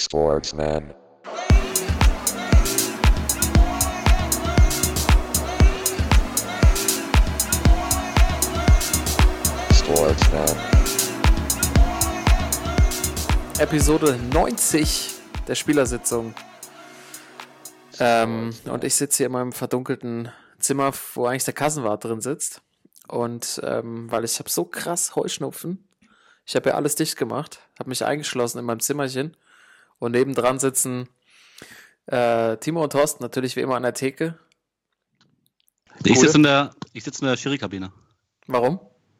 Sportsman. Episode 90 der Spielersitzung. Und ich sitze hier in meinem verdunkelten Zimmer, wo eigentlich der Kassenwart drin sitzt. Und weil ich habe so krass Heuschnupfen. Ich habe ja alles dicht gemacht, habe mich eingeschlossen in meinem Zimmerchen. Und nebendran sitzen Timo und Thorsten natürlich wie immer an der Theke. Ich sitze in der Schiri-Kabine. Warum?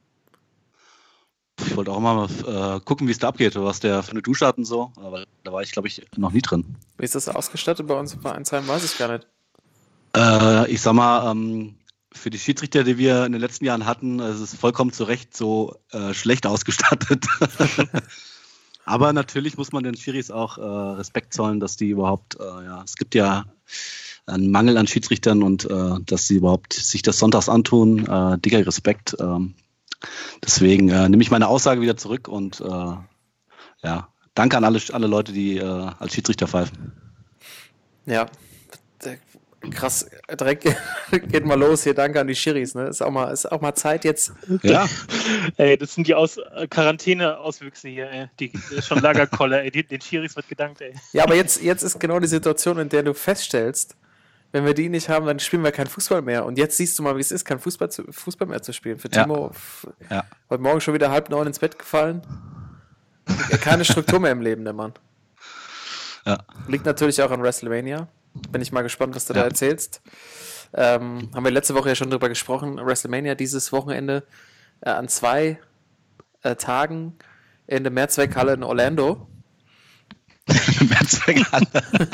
Ich wollte auch mal gucken, wie es da abgeht, was der für eine Dusche hat und so. Aber da war ich, glaube ich, noch nie drin. Wie ist das ausgestattet bei uns im Vereinsheim? Weiß ich gar nicht. Ich sag mal, für die Schiedsrichter, die wir in den letzten Jahren hatten, ist es vollkommen zu Recht so schlecht ausgestattet. Aber natürlich muss man den Schiris auch Respekt zollen, dass die überhaupt, es gibt ja einen Mangel an Schiedsrichtern und dass sie überhaupt sich das sonntags antun. Dicker Respekt. Deswegen nehme ich meine Aussage wieder zurück und danke an alle Leute, die als Schiedsrichter pfeifen. Ja, krass, direkt geht mal los hier, danke an die Schiris, ne? Ist auch mal Zeit jetzt. Ja. Ey, das sind die Quarantäne-Auswüchse hier, ey. Die schon Lagerkoller, ey. Den Schiris wird gedankt, ey. Ja, aber jetzt ist genau die Situation, in der du feststellst, wenn wir die nicht haben, dann spielen wir keinen Fußball mehr. Und jetzt siehst du mal, wie es ist, kein Fußball mehr zu spielen. Für Timo, heute Morgen schon wieder 8:30 ins Bett gefallen. Keine Struktur mehr im Leben, der Mann. Ja. Liegt natürlich auch an WrestleMania. Bin ich mal gespannt, was du da erzählst. Haben wir letzte Woche ja schon drüber gesprochen. WrestleMania dieses Wochenende an 2 Tagen in der Mehrzweckhalle in Orlando. Mehrzweckhalle.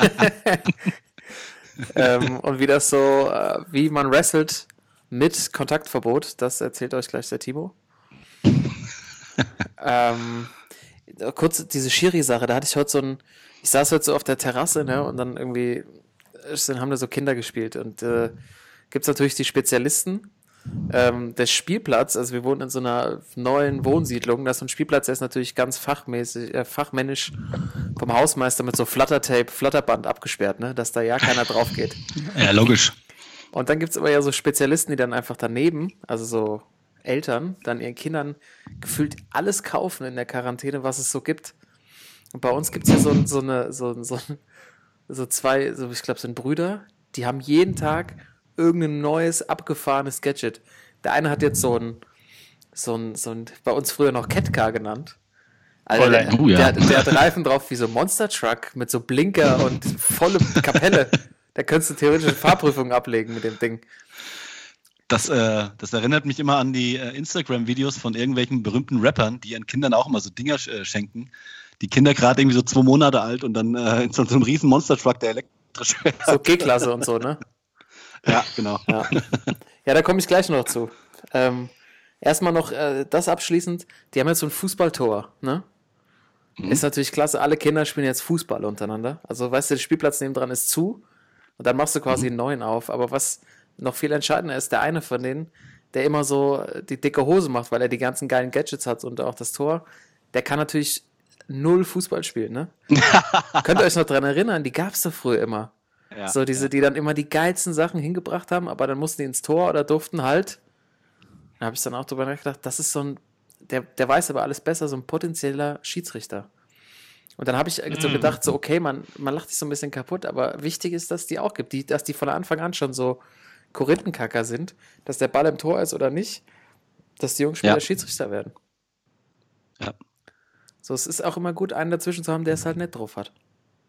Und wie das so, wie man wrestelt mit Kontaktverbot, das erzählt euch gleich der Timo. Kurz diese Schiri-Sache, da hatte ich heute ich saß heute so auf der Terrasse, ne, und dann irgendwie haben da so Kinder gespielt und gibt es natürlich die Spezialisten. Der Spielplatz, also wir wohnen in so einer neuen Wohnsiedlung, da ist so ein Spielplatz, der ist natürlich ganz fachmännisch vom Hausmeister mit so Flattertape, Flatterband abgesperrt, ne, dass da ja keiner drauf geht. Ja, logisch. Und dann gibt es aber ja so Spezialisten, die dann einfach daneben, also so Eltern, dann ihren Kindern gefühlt alles kaufen in der Quarantäne, was es so gibt. Und bei uns gibt es ja so zwei, ich glaube, sind Brüder, die haben jeden Tag irgendein neues, abgefahrenes Gadget. Der eine hat jetzt so ein bei uns früher noch Catcar genannt. Also der hat Reifen drauf wie so ein Monster Truck mit so Blinker und volle Kapelle. Da könntest du theoretisch eine Fahrprüfung ablegen mit dem Ding. Das erinnert mich immer an die Instagram-Videos von irgendwelchen berühmten Rappern, die ihren Kindern auch immer so Dinger schenken. Die Kinder gerade irgendwie so 2 Monate alt und dann in so einem riesen Monster-Truck, der elektrisch ist. So G-Klasse und so, ne? Ja, genau. Ja, da komme ich gleich noch zu. Erstmal noch das abschließend. Die haben jetzt so ein Fußballtor, ne? Ist natürlich klasse. Alle Kinder spielen jetzt Fußball untereinander. Also, weißt du, der Spielplatz nebendran ist zu und dann machst du quasi einen neuen auf. Aber was noch viel entscheidender ist, der eine von denen, der immer so die dicke Hose macht, weil er die ganzen geilen Gadgets hat und auch das Tor, der kann natürlich 0 Fußball spielen, ne? Könnt ihr euch noch dran erinnern? Die gab es doch früher immer. Ja, so die dann immer die geilsten Sachen hingebracht haben, aber dann mussten die ins Tor oder durften halt. Da habe ich dann auch drüber nachgedacht, das ist so ein, der weiß aber alles besser, so ein potenzieller Schiedsrichter. Und dann habe ich so gedacht, so okay, man lacht sich so ein bisschen kaputt, aber wichtig ist, dass die auch gibt, dass die von Anfang an schon so Korinthenkacker sind, dass der Ball im Tor ist oder nicht, dass die Jungs später Schiedsrichter werden. Ja. So, es ist auch immer gut, einen dazwischen zu haben, der es halt nicht drauf hat.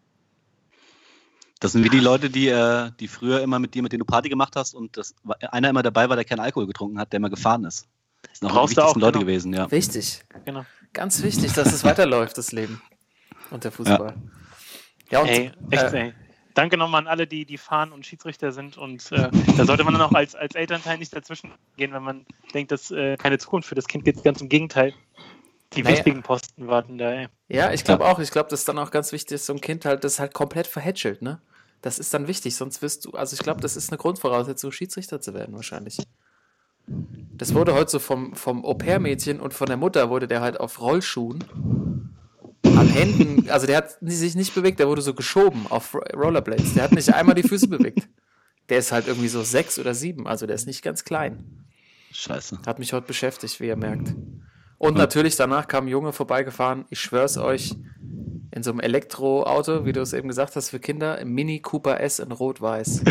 Das sind wie die Leute, die früher immer mit denen du Party gemacht hast und einer immer dabei war, der keinen Alkohol getrunken hat, der immer gefahren ist. Das sind auch die wichtigsten Leute gewesen, ja. Wichtig. Genau. Ganz wichtig, dass es weiterläuft, das Leben. Und der Fußball. Ja, und, ey. Danke nochmal an alle, die fahren und Schiedsrichter sind. Und da sollte man dann auch als Elternteil nicht dazwischen gehen, wenn man denkt, dass keine Zukunft für das Kind geht. Ganz im Gegenteil. Die wichtigen Posten warten da, ey. Ja, ich glaube auch. Ich glaube, das ist dann auch ganz wichtig, dass so ein Kind halt das halt komplett verhätschelt, ne? Das ist dann wichtig, sonst wirst du, also ich glaube, das ist eine Grundvoraussetzung, Schiedsrichter zu werden wahrscheinlich. Das wurde heute so vom Au-pair-Mädchen und von der Mutter wurde der halt auf Rollschuhen an Händen, also der hat sich nicht bewegt, der wurde so geschoben auf Rollerblades. Der hat nicht einmal die Füße bewegt. Der ist halt irgendwie so 6 oder 7, also der ist nicht ganz klein. Scheiße. Hat mich heute beschäftigt, wie ihr merkt. Und natürlich danach kam ein Junge vorbeigefahren, ich schwör's euch, in so einem Elektroauto, wie du es eben gesagt hast, für Kinder, im Mini Cooper S in Rot-Weiß.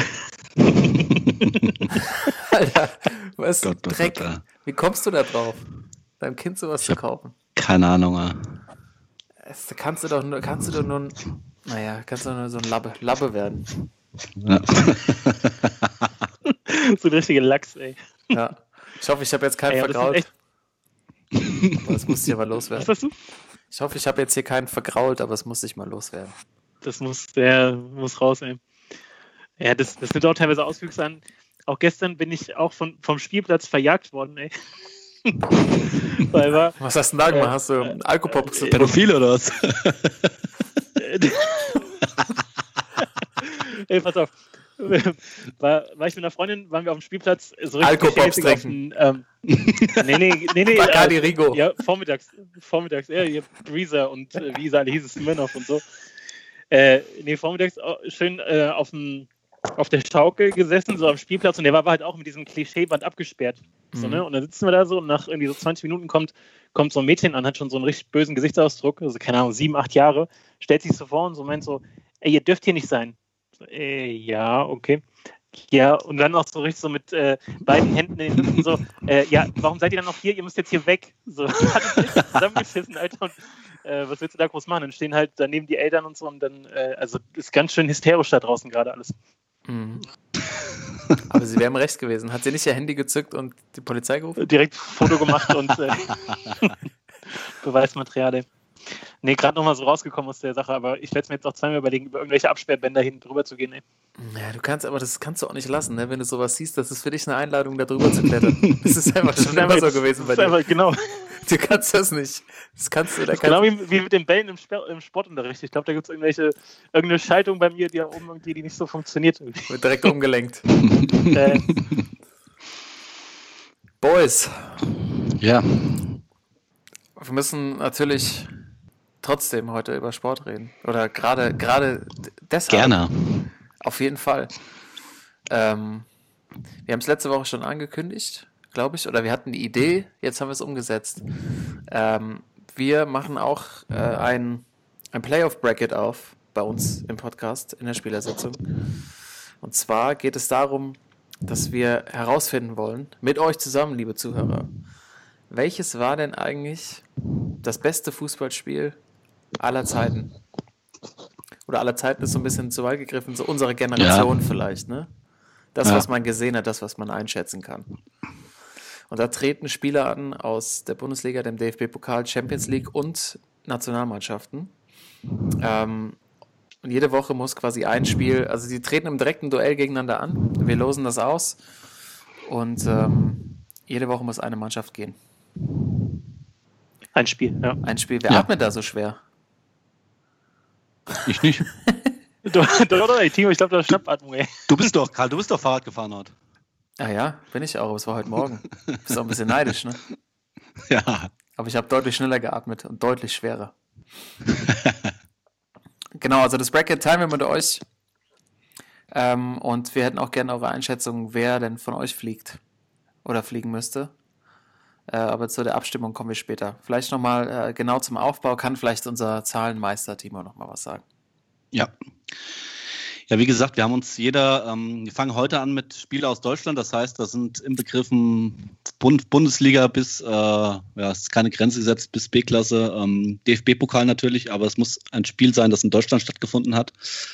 Alter, was Gott, Dreck. Gott. Wie kommst du da drauf, deinem Kind sowas zu kaufen? Keine Ahnung. Kannst du doch nur so ein Labbe werden. Ja. So ein richtiger Lachs, ey. Ja. Ich hoffe, ich habe jetzt keinen vergrault. Aber das musste ich aber loswerden. Was hast du? Ich hoffe, ich habe jetzt hier keinen vergrault, aber es musste ich mal loswerden. Das muss raus, ey. Ja, das nimmt auch teilweise Auswüchse an. Auch gestern bin ich auch vom Spielplatz verjagt worden, ey. Was hast du denn da gemacht? Hast du Alkopop? Pädophile oder was? Ey, pass auf. War ich mit einer Freundin, waren wir auf dem Spielplatz. So Alkopops trinken. Nee. Bacardi Rigo. Ja, vormittags. Ja, Breezer und wie sie alle hieß es, Smirnoff und so. Vormittags schön auf der Schaukel gesessen, so am Spielplatz, und der war halt auch mit diesem Klischeeband abgesperrt. So, ne? Und dann sitzen wir da so, und nach irgendwie so 20 Minuten kommt so ein Mädchen an, hat schon so einen richtig bösen Gesichtsausdruck, also keine Ahnung, 7, 8 Jahre, stellt sich so vor und so meint so, ey, ihr dürft hier nicht sein. So, ja, okay. Ja, und dann auch so richtig so mit beiden Händen in den Hüften so, ja, warum seid ihr dann noch hier? Ihr müsst jetzt hier weg. So, hat uns richtig zusammengeschissen, Alter, und was willst du da groß machen? Dann stehen halt daneben die Eltern und so, und dann, also ist ganz schön hysterisch da draußen gerade alles. Mhm. Aber sie wäre im Recht gewesen. Hat sie nicht ihr Handy gezückt und die Polizei gerufen? Direkt Foto gemacht und Beweismaterial, ey. Nee, gerade nochmal so rausgekommen aus der Sache, aber ich werde es mir jetzt auch zweimal überlegen, über irgendwelche Absperrbänder hin drüber zu gehen, ey. Ja, das kannst du auch nicht lassen, ne? Wenn du sowas siehst, das ist für dich eine Einladung, da drüber zu klettern. Das ist einfach schon immer so gewesen bei dir. Einfach, genau. Du kannst das nicht. Das kannst du, genau wie mit den Bällen im Sportunterricht. Ich glaube, da gibt es irgendeine Schaltung bei mir, die nicht so funktioniert. Wird direkt umgelenkt. Boys. Ja. Wir müssen natürlich trotzdem heute über Sport reden. Oder gerade deshalb. Gerne. Auf jeden Fall. Wir haben es letzte Woche schon angekündigt, glaube ich. Oder wir hatten die Idee, jetzt haben wir es umgesetzt. Wir machen auch ein Playoff-Bracket auf bei uns im Podcast, in der Spielersitzung. Und zwar geht es darum, dass wir herausfinden wollen, mit euch zusammen, liebe Zuhörer, welches war denn eigentlich das beste Fußballspiel aller Zeiten? Oder aller Zeiten ist so ein bisschen zu weit gegriffen, so unsere Generation vielleicht, ne? Das, was man gesehen hat, das, was man einschätzen kann. Und da treten Spieler an aus der Bundesliga, dem DFB-Pokal, Champions League und Nationalmannschaften. Und jede Woche muss quasi ein Spiel, also sie treten im direkten Duell gegeneinander an. Wir losen das aus. Und jede Woche muss eine Mannschaft gehen. Ein Spiel, ja. Ein Spiel. Wer atmet da so schwer? Ich nicht. Doch, ey, Timo, ich glaube, das ist Schnappatmung, ey. Karl, du bist doch Fahrrad gefahren heute. Ah ja, bin ich auch, aber es war heute Morgen. Bist auch ein bisschen neidisch, ne? Ja. Aber ich habe deutlich schneller geatmet und deutlich schwerer. Genau, also das Bracket teilen wir mit euch. Und wir hätten auch gerne eure Einschätzung, wer denn von euch fliegt oder fliegen müsste. Aber zu der Abstimmung kommen wir später. Vielleicht nochmal genau zum Aufbau, kann vielleicht unser Zahlenmeister Timo nochmal was sagen. Ja. Ja, wie gesagt, wir haben uns wir fangen heute an mit Spielen aus Deutschland, das heißt, das sind im Begriffen Bundesliga bis, es ist keine Grenze gesetzt, bis B-Klasse, DFB-Pokal natürlich, aber es muss ein Spiel sein, das in Deutschland stattgefunden hat.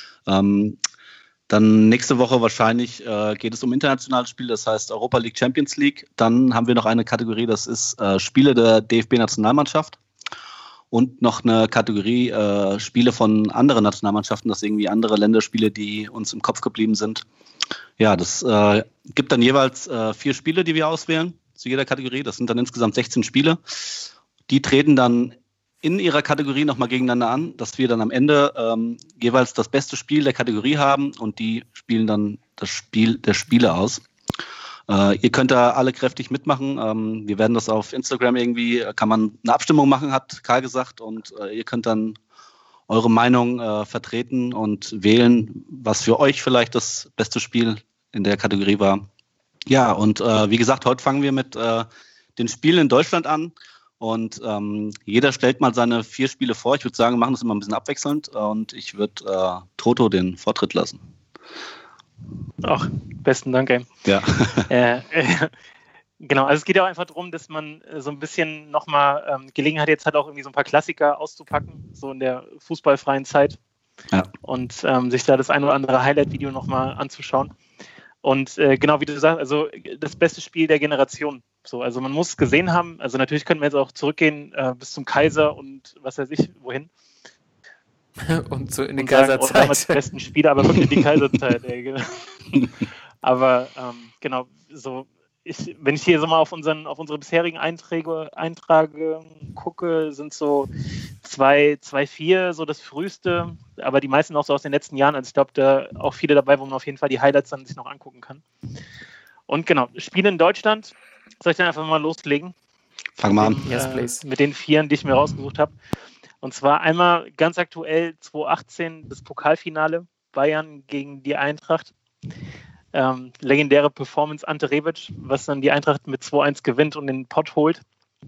Dann nächste Woche wahrscheinlich geht es um internationale Spiele, das heißt Europa League, Champions League. Dann haben wir noch eine Kategorie, das ist Spiele der DFB-Nationalmannschaft. Und noch eine Kategorie Spiele von anderen Nationalmannschaften, das irgendwie andere Länderspiele, die uns im Kopf geblieben sind. Ja, das gibt dann jeweils 4 Spiele, die wir auswählen zu jeder Kategorie. Das sind dann insgesamt 16 Spiele. Die treten dann in ihrer Kategorie nochmal gegeneinander an, dass wir dann am Ende jeweils das beste Spiel der Kategorie haben und die spielen dann das Spiel der Spiele aus. Ihr könnt da alle kräftig mitmachen. Wir werden das auf Instagram irgendwie, kann man eine Abstimmung machen, hat Karl gesagt. Und ihr könnt dann eure Meinung vertreten und wählen, was für euch vielleicht das beste Spiel in der Kategorie war. Ja, und wie gesagt, heute fangen wir mit den Spielen in Deutschland an. Und jeder stellt mal seine 4 Spiele vor. Ich würde sagen, wir machen das immer ein bisschen abwechselnd. Und ich würde Toto den Vortritt lassen. Ach, besten Dank, ey. Ja. Genau, also es geht ja auch einfach darum, dass man so ein bisschen nochmal Gelegenheit jetzt hat, auch irgendwie so ein paar Klassiker auszupacken, so in der fußballfreien Zeit. Ja. Und sich da das ein oder andere Highlight-Video nochmal anzuschauen. Und genau wie du sagst, also das beste Spiel der Generation. So, also man muss es gesehen haben. Also natürlich können wir jetzt auch zurückgehen bis zum Kaiser und was weiß ich, wohin. Und so in die Kaiserzeit. Damals die besten Spiele, aber wirklich die Kaiserzeit. Genau. Aber genau, so wenn ich hier so mal auf unsere bisherigen Einträge gucke, sind so 2-4 so das früheste, aber die meisten auch so aus den letzten Jahren. Also ich glaube, da auch viele dabei, wo man auf jeden Fall die Highlights dann sich noch angucken kann. Und genau, Spiele in Deutschland. Soll ich dann einfach mal loslegen? Fang mal an. Yes, please. Mit den 4, die ich mir rausgesucht habe. Und zwar einmal ganz aktuell 2018 das Pokalfinale Bayern gegen die Eintracht. Legendäre Performance Ante Rebic, was dann die Eintracht mit 2-1 gewinnt und den Pott holt.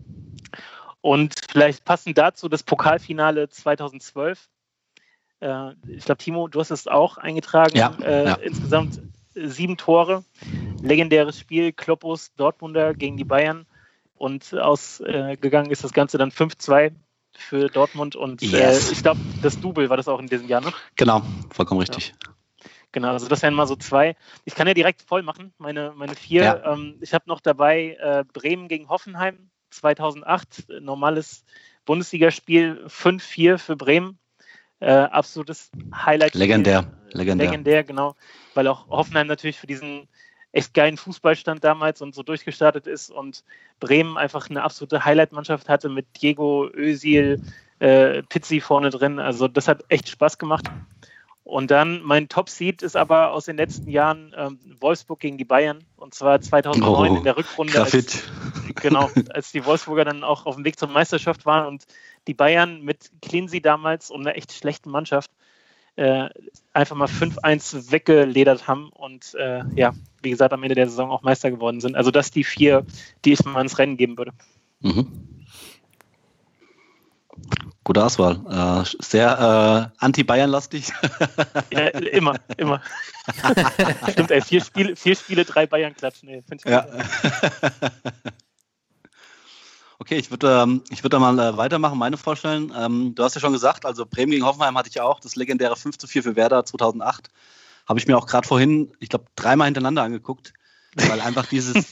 Und vielleicht passend dazu das Pokalfinale 2012. Ich glaube, Timo, du hast es auch eingetragen. Ja. Insgesamt 7 Tore. Legendäres Spiel, Kloppus, Dortmunder gegen die Bayern. Und ausgegangen ist das Ganze dann 5-2 für Dortmund. Und yes. Ich glaube, das Double war das auch in diesem Jahr, ne? Genau, vollkommen richtig. Ja. Genau, also das wären mal so 2. Ich kann ja direkt voll machen, meine 4. Ja. Ich habe noch dabei Bremen gegen Hoffenheim 2008, normales Bundesligaspiel, 5-4 für Bremen. Absolutes Highlight. Legendär, genau. Weil auch Hoffenheim natürlich für diesen echt geilen Fußball stand damals und so durchgestartet ist und Bremen einfach eine absolute Highlight-Mannschaft hatte mit Diego, Özil, Pizzi vorne drin. Also das hat echt Spaß gemacht. Und dann mein Top-Seed ist aber aus den letzten Jahren Wolfsburg gegen die Bayern. Und zwar 2009 in der Rückrunde, als die Wolfsburger dann auch auf dem Weg zur Meisterschaft waren und die Bayern mit Cleansey damals und einer echt schlechten Mannschaft einfach mal 5-1 weggeledert haben und wie gesagt, am Ende der Saison auch Meister geworden sind. Also das die 4, die ich mal ins Rennen geben würde. Mhm. Gute Auswahl. Sehr anti-Bayern-lastig. Ja, immer. Stimmt, ey, 4 Spiele, 3 Bayern klatschen. Ey, find ich ja. Okay, ich würde da mal weitermachen, meine vorstellen. Du hast ja schon gesagt, also Bremen gegen Hoffenheim hatte ich auch, das legendäre 5-4 für Werder 2008. Habe ich mir auch gerade vorhin, ich glaube, 3-mal hintereinander angeguckt, weil einfach dieses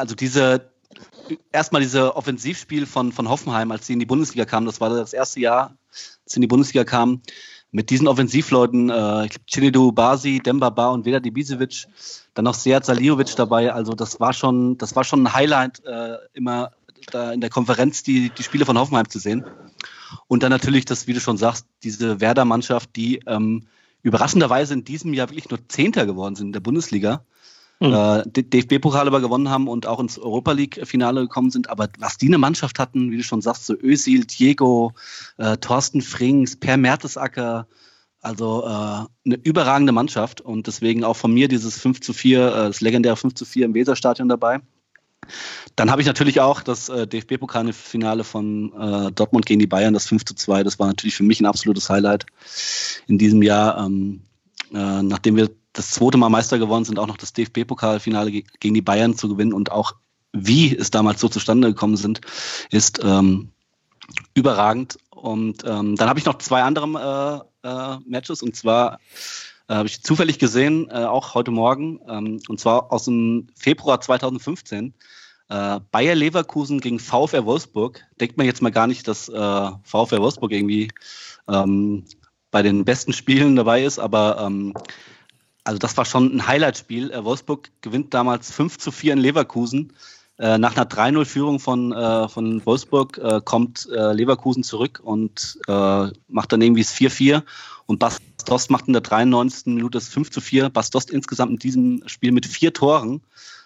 Offensivspiel von Hoffenheim, als sie in die Bundesliga kamen, das war das erste Jahr, als sie in die Bundesliga kamen, mit diesen Offensivleuten, ich glaube, Cinidu Basi, Demba Ba und Vedat Ibisevic, dann noch Sead Saliovic dabei, also das war schon ein Highlight, immer da in der Konferenz die Spiele von Hoffenheim zu sehen. Und dann natürlich das, wie du schon sagst, diese Werder-Mannschaft, die überraschenderweise in diesem Jahr wirklich nur Zehnter geworden sind in der Bundesliga. DFB-Pokal aber gewonnen haben und auch ins Europa-League-Finale gekommen sind. Aber was die eine Mannschaft hatten, wie du schon sagst, so Özil, Diego, Thorsten Frings, Per Mertesacker, also eine überragende Mannschaft. Und deswegen auch von mir dieses 5-4, das legendäre 5-4 im Weserstadion dabei. Dann habe ich natürlich auch das DFB-Pokalfinale von Dortmund gegen die Bayern, das 5-2. Das war natürlich für mich ein absolutes Highlight in diesem Jahr. Nachdem wir das 2. Mal Meister geworden sind, auch noch das DFB-Pokalfinale gegen die Bayern zu gewinnen und auch wie es damals so zustande gekommen ist überragend. Und dann habe ich noch 2 andere Matches, und zwar habe ich zufällig gesehen, auch heute Morgen, und zwar aus dem Februar 2015, Bayer Leverkusen gegen VfR Wolfsburg. Denkt man jetzt mal gar nicht, dass VfR Wolfsburg irgendwie bei den besten Spielen dabei ist, aber also das war schon ein Highlight-Spiel. Wolfsburg gewinnt damals 5-4 in Leverkusen. Nach einer 3-0-Führung von Wolfsburg kommt Leverkusen zurück und macht dann irgendwie das 4-4. Und Bas Dost macht in der 93. Minute das 5-4. Bas Dost insgesamt in diesem Spiel mit 4 Toren.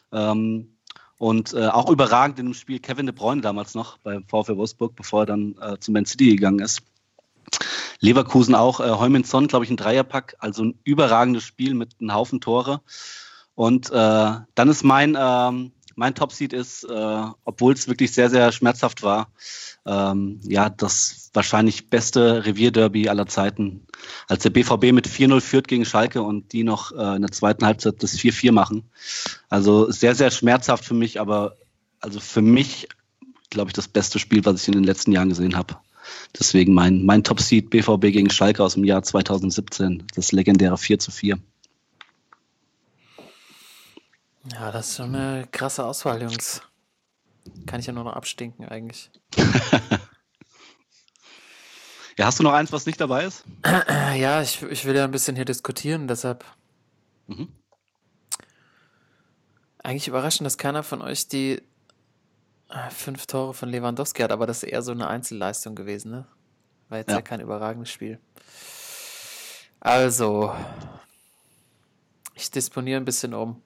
Und auch überragend in dem Spiel Kevin De Bruyne damals noch beim VfL Wolfsburg, bevor er dann zu Man City gegangen ist. Leverkusen auch, Heung-min Son, glaube ich, ein Dreierpack, also ein überragendes Spiel mit einem Haufen Tore. Und dann ist mein Top-Seed ist, obwohl es wirklich sehr, sehr schmerzhaft war, das wahrscheinlich beste Revierderby aller Zeiten, als der BVB mit 4-0 führt gegen Schalke und die noch in der zweiten Halbzeit das 4-4 machen. Also sehr, sehr schmerzhaft für mich, aber also für mich, glaube ich, das beste Spiel, was ich in den letzten Jahren gesehen habe. Deswegen mein Top-Seed BVB gegen Schalke aus dem Jahr 2017, das legendäre 4-4. Ja, das ist schon eine krasse Auswahl, Jungs. Kann ich ja nur noch abstinken eigentlich. Ja, hast du noch eins, was nicht dabei ist? Ja, ich will ja ein bisschen hier diskutieren, deshalb eigentlich überraschend, dass keiner von euch die 5 Tore von Lewandowski hat, aber das ist eher so eine Einzelleistung gewesen, ne? War jetzt ja kein überragendes Spiel. Also, ich disponiere ein bisschen um.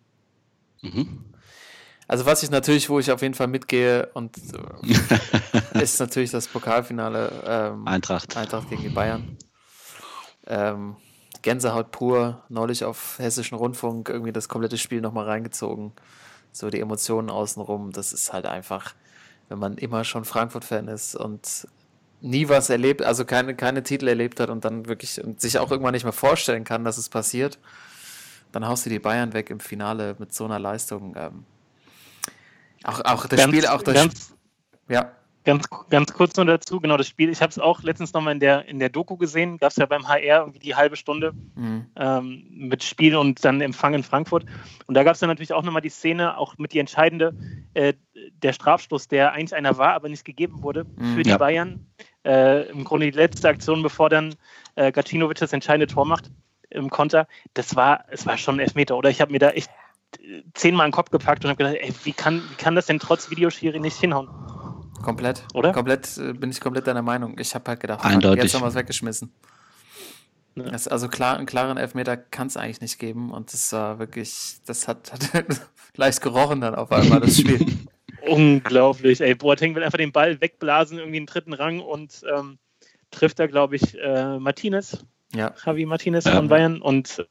Also wo ich auf jeden Fall mitgehe und ist natürlich das Pokalfinale Eintracht gegen die Bayern. Gänsehaut pur, neulich auf Hessischen Rundfunk irgendwie das komplette Spiel nochmal reingezogen. So die Emotionen außenrum, das ist halt einfach, wenn man immer schon Frankfurt-Fan ist und nie was erlebt, also keine Titel erlebt hat und dann wirklich und sich auch irgendwann nicht mehr vorstellen kann, dass es passiert, dann haust du die Bayern weg im Finale mit so einer Leistung. Auch das Spiel. Ganz kurz nur dazu, genau das Spiel. Ich habe es auch letztens nochmal in der Doku gesehen, gab es ja beim HR irgendwie die halbe Stunde mit Spiel und dann Empfang in Frankfurt. Und da gab es dann natürlich auch nochmal die Szene, auch mit die entscheidende, der Strafstoß, der eigentlich einer war, aber nicht gegeben wurde für die Bayern. Im Grunde die letzte Aktion, bevor dann Gacinovic das entscheidende Tor macht im Konter. Es war schon ein Elfmeter, oder? Ich habe mir da echt 10-mal in den Kopf gepackt und habe gedacht, ey, wie kann das denn trotz Videoschiri nicht hinhauen? Komplett. Oder? Bin ich komplett deiner Meinung. Ich habe halt gedacht, eindeutig. Jetzt haben wir es weggeschmissen. Ja. Also einen klaren Elfmeter kann es eigentlich nicht geben und das war wirklich, das hat leicht gerochen dann auf einmal, das Spiel. Unglaublich, ey. Boateng will einfach den Ball wegblasen, irgendwie im 3. Rang und trifft da, glaube ich, Martinez. Ja. Javi Martinez von Bayern und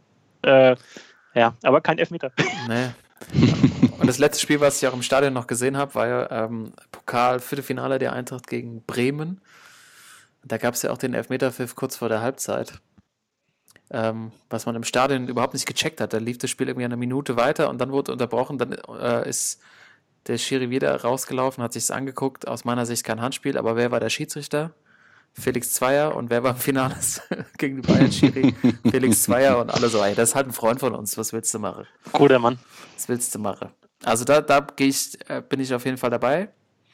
aber kein Elfmeter. Nee. Und das letzte Spiel, was ich auch im Stadion noch gesehen habe, war ja Pokal-Viertelfinale der Eintracht gegen Bremen. Da gab es ja auch den Elfmeterpfiff kurz vor der Halbzeit. Was man im Stadion überhaupt nicht gecheckt hat. Da lief das Spiel irgendwie eine Minute weiter und dann wurde unterbrochen. Dann ist der Schiri wieder rausgelaufen, hat sich es angeguckt. Aus meiner Sicht kein Handspiel, aber wer war der Schiedsrichter? Felix Zweier. Und wer war im Finale gegen die Bayern-Schiri? Felix Zweier und alle so, ey, das ist halt ein Freund von uns, was willst du machen? Guter Mann. Was willst du machen? Also da bin ich auf jeden Fall dabei.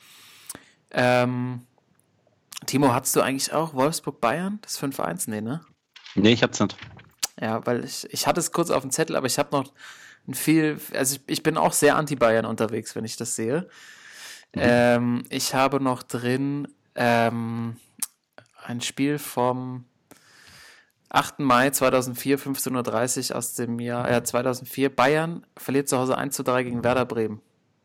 Timo, hattest du eigentlich auch Wolfsburg-Bayern? Das 5-1? Nee, ne? Nee, ich hab's nicht. Ja, weil ich hatte es kurz auf dem Zettel, aber ich habe noch ich bin auch sehr anti-Bayern unterwegs, wenn ich das sehe. Ich habe noch drin ein Spiel vom 8. Mai 2004, 15:30 Uhr aus dem Jahr 2004. Bayern verliert zu Hause 1:3 gegen Werder Bremen.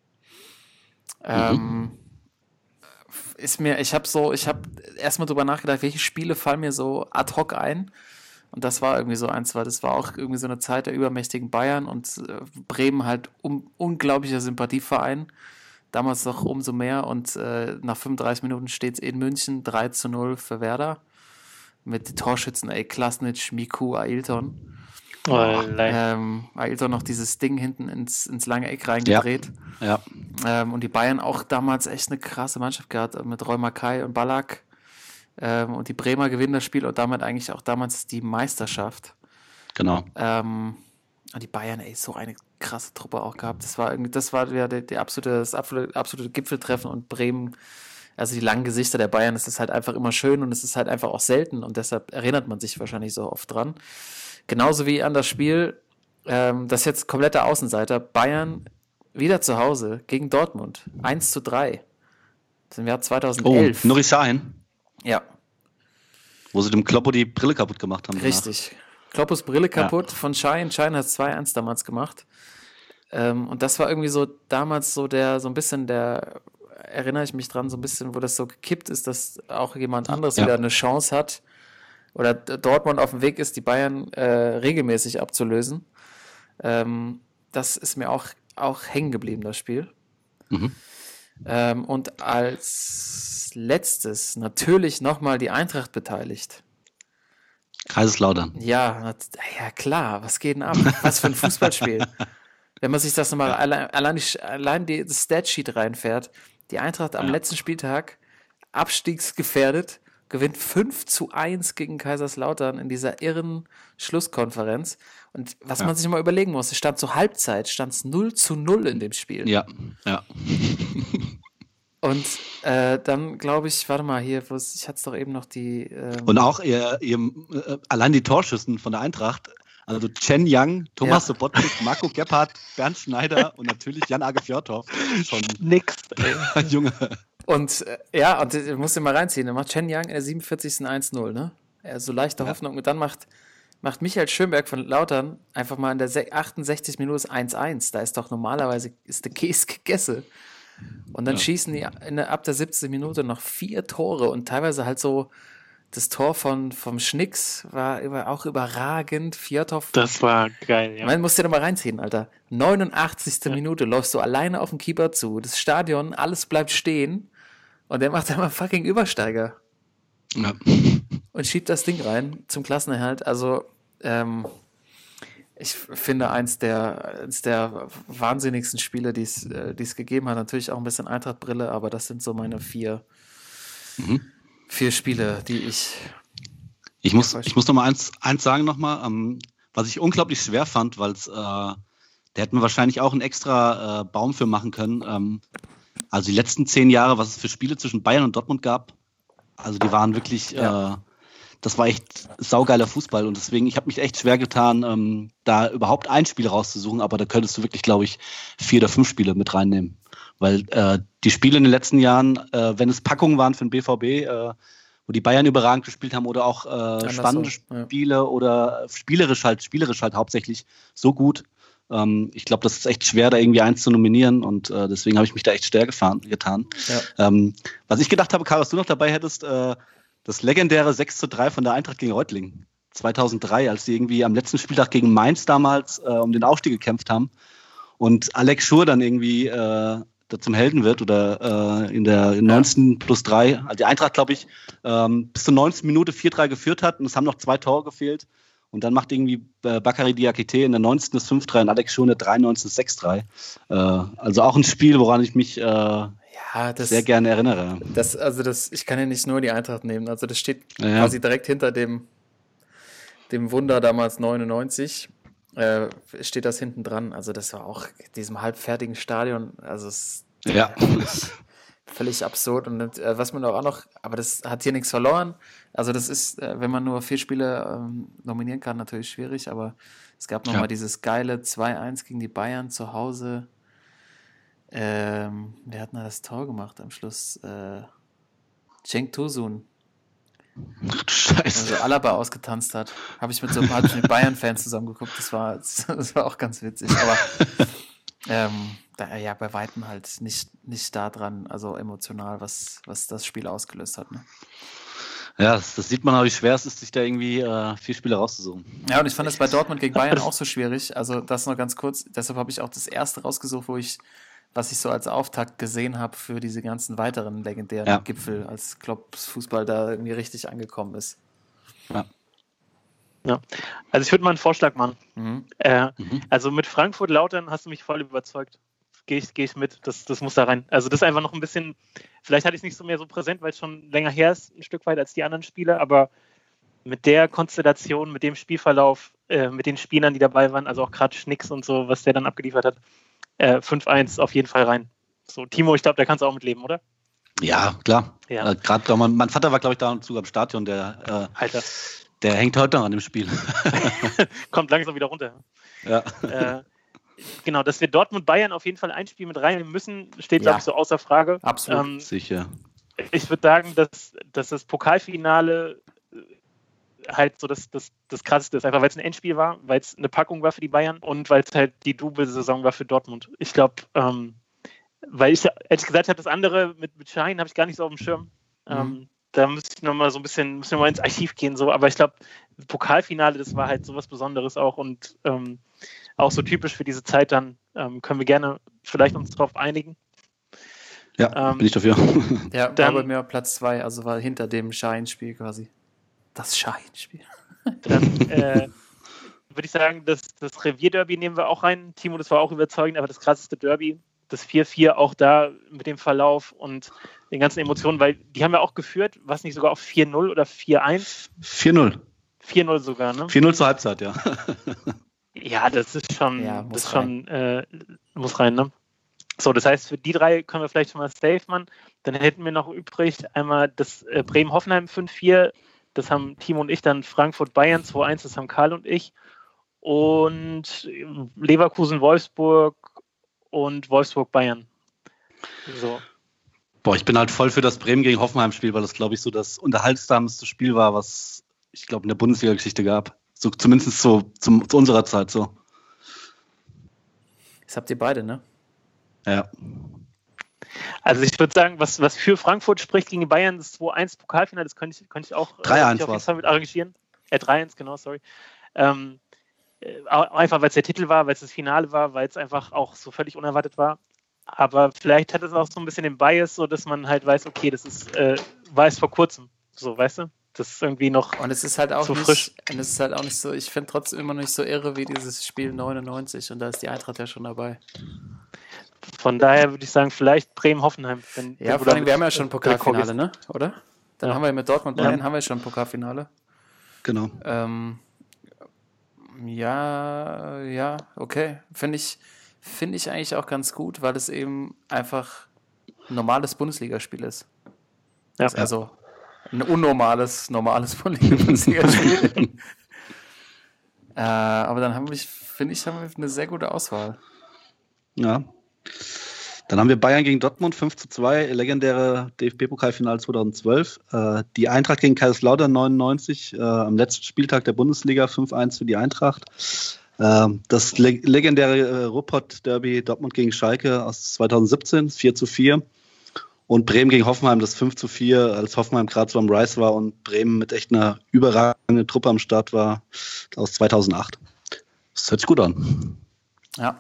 Ich habe erstmal drüber nachgedacht, welche Spiele fallen mir so ad hoc ein. Und das war irgendwie so eins, weil das war auch irgendwie so eine Zeit der übermächtigen Bayern und Bremen halt unglaublicher Sympathieverein. Damals noch umso mehr und nach 35 Minuten steht es in München 3:0 für Werder. Mit Torschützen, Klasnic, Miku, Ailton. Ailton noch dieses Ding hinten ins lange Eck reingedreht. Ja. Und die Bayern auch damals echt eine krasse Mannschaft gehabt mit Roy Mackay und Ballack. Und die Bremer gewinnen das Spiel und damit eigentlich auch damals die Meisterschaft. Genau. Und die Bayern, so eine krasse Truppe auch gehabt. Das war ja das absolute Gipfeltreffen und Bremen, also die langen Gesichter der Bayern, das ist halt einfach immer schön und es ist halt einfach auch selten und deshalb erinnert man sich wahrscheinlich so oft dran. Genauso wie an das Spiel, das ist jetzt kompletter Außenseiter, Bayern wieder zu Hause gegen Dortmund, 1:3. Das ist im Jahr 2011. Nuri Sahin? Ja. Wo sie dem Kloppo die Brille kaputt gemacht haben. Richtig. Kloppos Brille kaputt von Schein. Schein hat 2:1 damals gemacht. Und das war irgendwie so damals so ein bisschen erinnere ich mich dran, so ein bisschen, wo das so gekippt ist, dass auch jemand anderes wieder eine Chance hat oder Dortmund auf dem Weg ist, die Bayern regelmäßig abzulösen. Das ist mir auch hängen geblieben, das Spiel. Mhm. Und als letztes natürlich nochmal die Eintracht beteiligt. Kaiserslautern. Ja, klar, was geht denn ab? Was für ein Fußballspiel. Wenn man sich das nochmal allein das Statsheet reinfährt, die Eintracht am letzten Spieltag abstiegsgefährdet, gewinnt 5-1 gegen Kaiserslautern in dieser irren Schlusskonferenz. Und was man sich mal überlegen muss, es stand zur Halbzeit, stand es 0-0 in dem Spiel. Ja. Und dann glaube ich, warte mal, hier, ich hatte es doch eben noch die... Und auch allein die Torschüssen von der Eintracht, also Chen Yang, Thomas Sobotka, Marco Gebhardt, Bernd Schneider und natürlich Jan-Age Fjordhoff. Schon nix. Junge. Und und du musst dir mal reinziehen, dann macht Chen Yang in der 47. 1-0, ne? So leichte Hoffnung. Und dann macht Michael Schönberg von Lautern einfach mal in der 68. Minute 1-1. Da ist doch normalerweise der Käse gegessen. Und dann schießen die ab der 17. Minute noch 4 Tore und teilweise halt so das Tor vom Schnicks war auch überragend. Fjordhoff. Das war geil, ja. Man muss dir doch mal reinziehen, Alter. 89. Minute läufst du alleine auf den Keeper zu. Das Stadion, alles bleibt stehen. Und der macht einmal fucking Übersteiger. Ja. Und schiebt das Ding rein zum Klassenerhalt. Also, ich finde, eins der wahnsinnigsten Spiele, die es gegeben hat. Natürlich auch ein bisschen Eintracht-Brille, aber das sind so meine 4 Spiele, die ich... Ich muss noch mal eins sagen nochmal, was ich unglaublich schwer fand, weil da hätten wir wahrscheinlich auch einen extra Baum für machen können. Also die letzten 10 Jahre, was es für Spiele zwischen Bayern und Dortmund gab, also die waren wirklich, das war echt saugeiler Fußball und deswegen, ich habe mich echt schwer getan, da überhaupt ein Spiel rauszusuchen, aber da könntest du wirklich, glaube ich, 4 oder 5 Spiele mit reinnehmen. Weil die Spiele in den letzten Jahren, wenn es Packungen waren für den BVB, wo die Bayern überragend gespielt haben oder auch spannende Spiele oder spielerisch halt hauptsächlich so gut. Ich glaube, das ist echt schwer, da irgendwie eins zu nominieren und deswegen habe ich mich da echt schwer getan. Ja. Was ich gedacht habe, Karl, was du noch dabei hättest, das legendäre 6-3 von der Eintracht gegen Reutlingen 2003, als sie irgendwie am letzten Spieltag gegen Mainz damals um den Aufstieg gekämpft haben und Alex Schur dann irgendwie da zum Helden wird oder in der 19 plus 3, also die Eintracht, glaube ich, bis zur 19. Minute 4-3 geführt hat und es haben noch 2 Tore gefehlt. Und dann macht irgendwie Bakary Diakité in der 19. das 5-3 und Alex Schur in der 93. das 6-3. Also auch ein Spiel, woran ich mich sehr gerne erinnere. Ich kann ja nicht nur die Eintracht nehmen. Also das steht quasi direkt hinter dem Wunder damals 99. Steht das hinten dran. Also das war auch diesem halbfertigen Stadion. Also es ist völlig absurd. Und was man auch noch, aber das hat hier nichts verloren. Also das ist, wenn man nur 4 Spiele nominieren kann, natürlich schwierig. Aber es gab nochmal dieses geile 2-1 gegen die Bayern zu Hause. Wer hat denn das Tor gemacht am Schluss? Cenk Tosun. Ach du Scheiße. Also Alaba ausgetanzt hat. Habe ich mit Bayern-Fans zusammengeguckt. Das war auch ganz witzig. Aber bei Weitem halt nicht da dran, also emotional, was das Spiel ausgelöst hat. Ne? Ja, das sieht man auch, wie schwer es ist, sich da irgendwie 4 Spiele rauszusuchen. Ja, und ich fand das bei Dortmund gegen Bayern auch so schwierig. Also das noch ganz kurz. Deshalb habe ich auch das erste rausgesucht, was ich so als Auftakt gesehen habe für diese ganzen weiteren legendären Gipfel, als Klopps Fußball da irgendwie richtig angekommen ist. Ja, also ich würde mal einen Vorschlag machen. Also mit Frankfurt-Lautern hast du mich voll überzeugt. Gehe ich mit, das muss da rein. Also das ist einfach noch ein bisschen, vielleicht hatte ich es nicht so mehr so präsent, weil es schon länger her ist, ein Stück weit als die anderen Spiele, aber mit der Konstellation, mit dem Spielverlauf, mit den Spielern, die dabei waren, also auch gerade Schnicks und so, was der dann abgeliefert hat, 5-1 auf jeden Fall rein. So, Timo, ich glaube, da kannst du auch mitleben, oder? Ja, klar. Ja. Gerade mein Vater war, glaube ich, da im Zug am Stadion, der hängt heute noch an dem Spiel. Kommt langsam wieder runter. Ja. Genau, dass wir Dortmund-Bayern auf jeden Fall ein Spiel mit reinnehmen müssen, steht, glaube ich, so außer Frage. Absolut. Sicher. Ich würde sagen, dass das Pokalfinale halt so das Krasseste ist. Einfach weil es ein Endspiel war, weil es eine Packung war für die Bayern und weil es halt die Double-Saison war für Dortmund. Ich glaube, weil ich ehrlich gesagt habe, das andere mit Schein habe ich gar nicht so auf dem Schirm. Da müsste ich nochmal so ein bisschen müssen wir mal ins Archiv gehen. So. Aber ich glaube, das Pokalfinale, das war halt so was Besonderes auch und auch so typisch für diese Zeit dann. Können wir gerne vielleicht uns darauf einigen. Ja, bin ich dafür. Ja, dann, war bei mir Platz 2, also war hinter dem Schein-Spiel quasi. Das Schein-Spiel. Dann würde ich sagen, das Revierderby nehmen wir auch rein. Timo, das war auch überzeugend, aber das krasseste Derby, das 4-4, auch da mit dem Verlauf und den ganzen Emotionen, weil die haben ja auch geführt, was nicht sogar auf 4-0 oder 4-1? 4-0. 4-0 sogar, ne? 4-0 zur Halbzeit, ja. Ja, das ist schon, muss rein, ne? So, das heißt, für die 3 können wir vielleicht schon mal safe machen. Dann hätten wir noch übrig einmal das Bremen-Hoffenheim 5-4. Das haben Timo und ich, dann Frankfurt-Bayern 2-1, das haben Karl und ich. Und Leverkusen-Wolfsburg und Wolfsburg-Bayern. So. Boah, ich bin halt voll für das Bremen gegen Hoffenheim-Spiel, weil das, glaube ich, so das unterhaltsamste Spiel war, was ich glaube in der Bundesliga-Geschichte gab. So, zumindest so zu unserer Zeit so. Das habt ihr beide, ne? Ja. Also ich würde sagen, was für Frankfurt spricht gegen die Bayern, das 2-1 Pokalfinale, das könnte ich auch 3-1 auf jeden Fall mit arrangieren. 3-1, genau, sorry. Einfach, weil es der Titel war, weil es das Finale war, weil es einfach auch so völlig unerwartet war. Aber vielleicht hat es auch so ein bisschen den Bias, so dass man halt weiß, okay, das ist war es vor kurzem. So, weißt du? Das ist irgendwie noch und es ist halt auch so nicht, frisch. Und es ist halt auch nicht so, ich finde trotzdem immer noch nicht so irre wie dieses Spiel 99 und da ist die Eintracht ja schon dabei. Von daher würde ich sagen, vielleicht Bremen-Hoffenheim. Ja, vor allem, wir haben ja schon Pokalfinale, ne? Oder? Dann haben wir mit Dortmund Bayern haben wir schon Pokalfinale. Genau. Ja, okay. Finde ich eigentlich auch ganz gut, weil es eben einfach ein normales Bundesligaspiel ist. Ja. Also ein normales Bundesligaspiel. Aber dann haben wir eine sehr gute Auswahl. Ja. Dann haben wir Bayern gegen Dortmund 5-2, legendäre DFB-Pokalfinale 2012. Die Eintracht gegen Kaiserslautern 99, am letzten Spieltag der Bundesliga 5-1 für die Eintracht. Das legendäre Ruhrpott-Derby Dortmund gegen Schalke aus 2017, 4-4. Und Bremen gegen Hoffenheim, das 5-4, als Hoffenheim gerade so am Rise war und Bremen mit echt einer überragenden Truppe am Start war, aus 2008. Das hört sich gut an. Ja.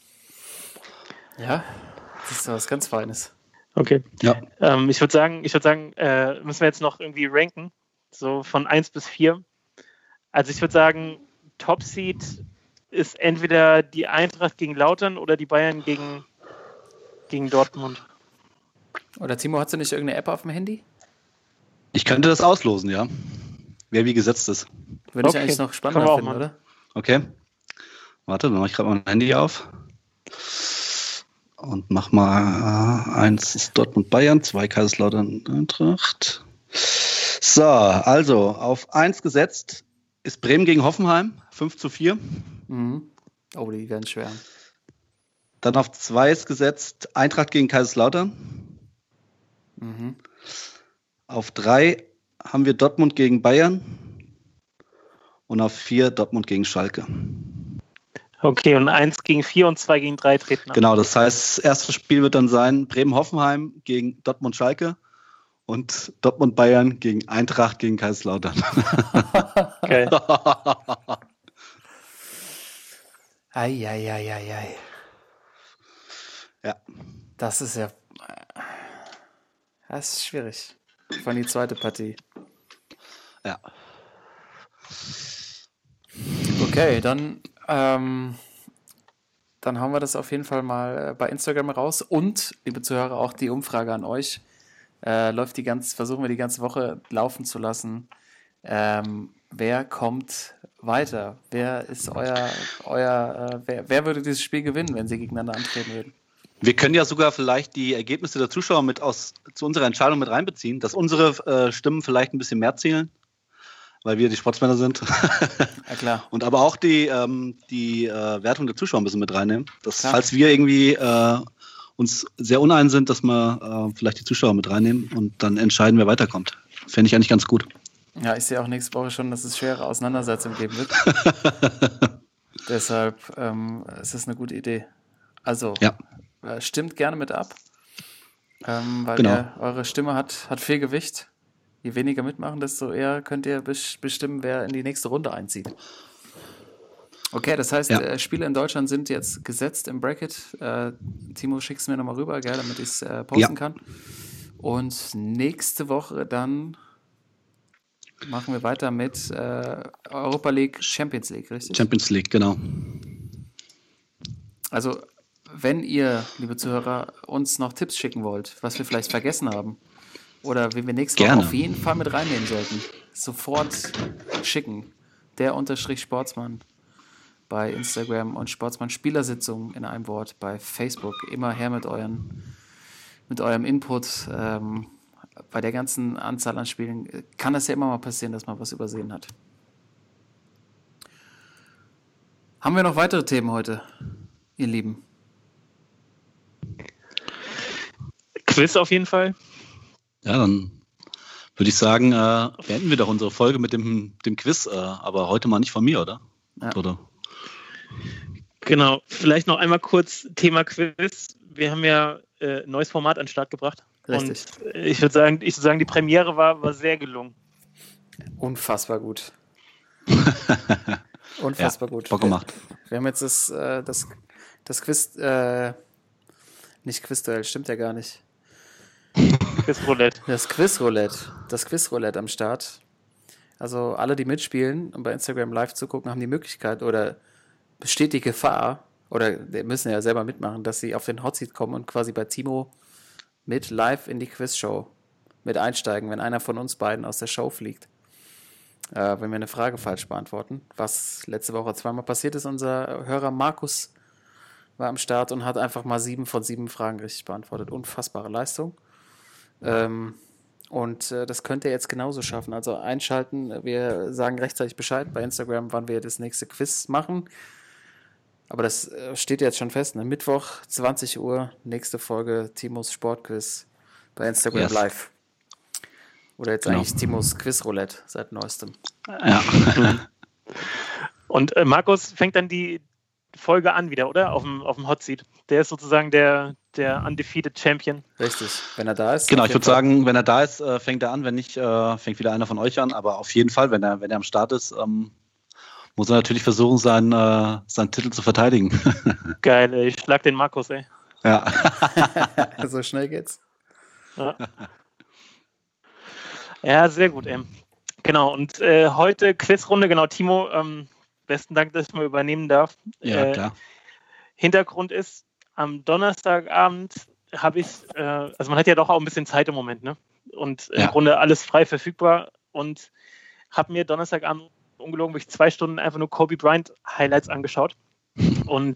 Ja, das ist was ganz Feines. Okay. Ja. Ich würde sagen, müssen wir jetzt noch irgendwie ranken, so von 1 bis 4. Also ich würde sagen, Top Seed ist entweder die Eintracht gegen Lautern oder die Bayern gegen Dortmund. Oder Timo, hast du nicht irgendeine App auf dem Handy? Ich könnte das auslosen, ja. Wer wie gesetzt ist. Würde ich eigentlich noch spannender finden, oder? Okay. Warte, dann mache ich gerade mal mein Handy auf. Und mach mal 1 ist Dortmund Bayern, 2 Kaiserslautern Eintracht. So, also auf 1 gesetzt ist Bremen gegen Hoffenheim, 5-4. Mhm. Oh, die werden schwer. Dann auf 2 ist gesetzt Eintracht gegen Kaiserslautern. Mhm. Auf 3 haben wir Dortmund gegen Bayern. Und auf 4 Dortmund gegen Schalke. Okay, und 1 gegen 4 und 2 gegen 3 treten an. Genau, das heißt, das erste Spiel wird dann sein Bremen-Hoffenheim gegen Dortmund-Schalke und Dortmund-Bayern gegen Eintracht gegen Kaiserslautern. Okay. Ei. Ja. Das ist schwierig. Von die zweite Partie. Ja. Okay, dann hauen wir das auf jeden Fall mal bei Instagram raus. Und, liebe Zuhörer, auch die Umfrage an euch. Versuchen wir die ganze Woche laufen zu lassen. Wer kommt weiter? Wer ist wer würde dieses Spiel gewinnen, wenn sie gegeneinander antreten würden? Wir können ja sogar vielleicht die Ergebnisse der Zuschauer zu unserer Entscheidung mit reinbeziehen, dass unsere Stimmen vielleicht ein bisschen mehr zählen, weil wir die Sportsmänner sind. Ja, klar. Und aber auch die Wertung der Zuschauer ein bisschen mit reinnehmen. Dass, falls wir irgendwie uns sehr unein sind, dass wir vielleicht die Zuschauer mit reinnehmen und dann entscheiden, wer weiterkommt. Fände ich eigentlich ganz gut. Ja, ich sehe auch nächste Woche schon, dass es schwere Auseinandersetzungen geben wird. Deshalb ist es eine gute Idee. Also, Ja, stimmt gerne mit ab, weil genau. eure Stimme hat viel Gewicht. Je weniger mitmachen, desto eher könnt ihr bestimmen, wer in die nächste Runde einzieht. Okay, das heißt, Ja. Spiele in Deutschland sind jetzt gesetzt im Bracket. Timo, schickst du mir nochmal rüber, gell, damit ich es posten kann. Und nächste Woche dann machen wir weiter mit Europa League, Champions League, richtig? Champions League, genau. Also, wenn ihr, liebe Zuhörer, uns noch Tipps schicken wollt, was wir vielleicht vergessen haben oder wen wir nächste Woche Gerne. auf jeden Fall mit reinnehmen sollten, sofort schicken. Der_Sportsmann bei Instagram und Sportsmann Spielersitzung in einem Wort bei Facebook. Immer her mit eurem Input. Bei der ganzen Anzahl an Spielen kann es ja immer mal passieren, dass man was übersehen hat. Haben wir noch weitere Themen heute, ihr Lieben? Quiz auf jeden Fall. Ja, dann würde ich sagen, beenden wir doch unsere Folge mit dem Quiz, aber heute mal nicht von mir, oder? Ja. Oder? Genau, vielleicht noch einmal kurz Thema Quiz. Wir haben ja ein neues Format an den Start gebracht. Richtig. Und ich würde sagen, die Premiere war sehr gelungen. Unfassbar gut. Unfassbar gut. Bock gemacht. Wir haben jetzt das Quiz, nicht Quizduell, stimmt ja gar nicht. Quizroulette. Das Quizroulette am Start. Also alle, die mitspielen und bei Instagram live zugucken, haben die Möglichkeit oder besteht die Gefahr, oder die müssen ja selber mitmachen, dass sie auf den Hotseat kommen und quasi bei Timo mit live in die Quizshow mit einsteigen, wenn einer von uns beiden aus der Show fliegt. Wenn wir eine Frage falsch beantworten, was letzte Woche zweimal passiert ist. Unser Hörer Markus war am Start und hat einfach mal 7 von 7 Fragen richtig beantwortet. Unfassbare Leistung. Und das könnt ihr jetzt genauso schaffen. Also einschalten, wir sagen rechtzeitig Bescheid bei Instagram, wann wir das nächste Quiz machen. Aber das steht jetzt schon fest. Ne? Mittwoch, 20 Uhr, nächste Folge Timos Sportquiz bei Instagram live. Oder jetzt eigentlich Timos Quizroulette seit neuestem. Ja. Und Markus fängt dann die Folge an wieder, oder? Auf dem Hotseat. Der ist sozusagen der undefeated Champion. Richtig, wenn er da ist. Genau, ich würde sagen, wenn er da ist, fängt er an. Wenn nicht, fängt wieder einer von euch an. Aber auf jeden Fall, wenn er am Start ist, muss er natürlich versuchen, seinen Titel zu verteidigen. Geil, ey. Ich schlag den Markus, ey. Ja. So schnell geht's. Ja, sehr gut, ey. Genau, und heute Quizrunde, genau, Timo, besten Dank, dass ich mal übernehmen darf. Ja, klar. Hintergrund ist, am Donnerstagabend habe ich, also man hat ja doch auch ein bisschen Zeit im Moment, ne? Und im Grunde alles frei verfügbar und habe mir Donnerstagabend ungelogen wirklich 2 Stunden einfach nur Kobe Bryant Highlights angeschaut und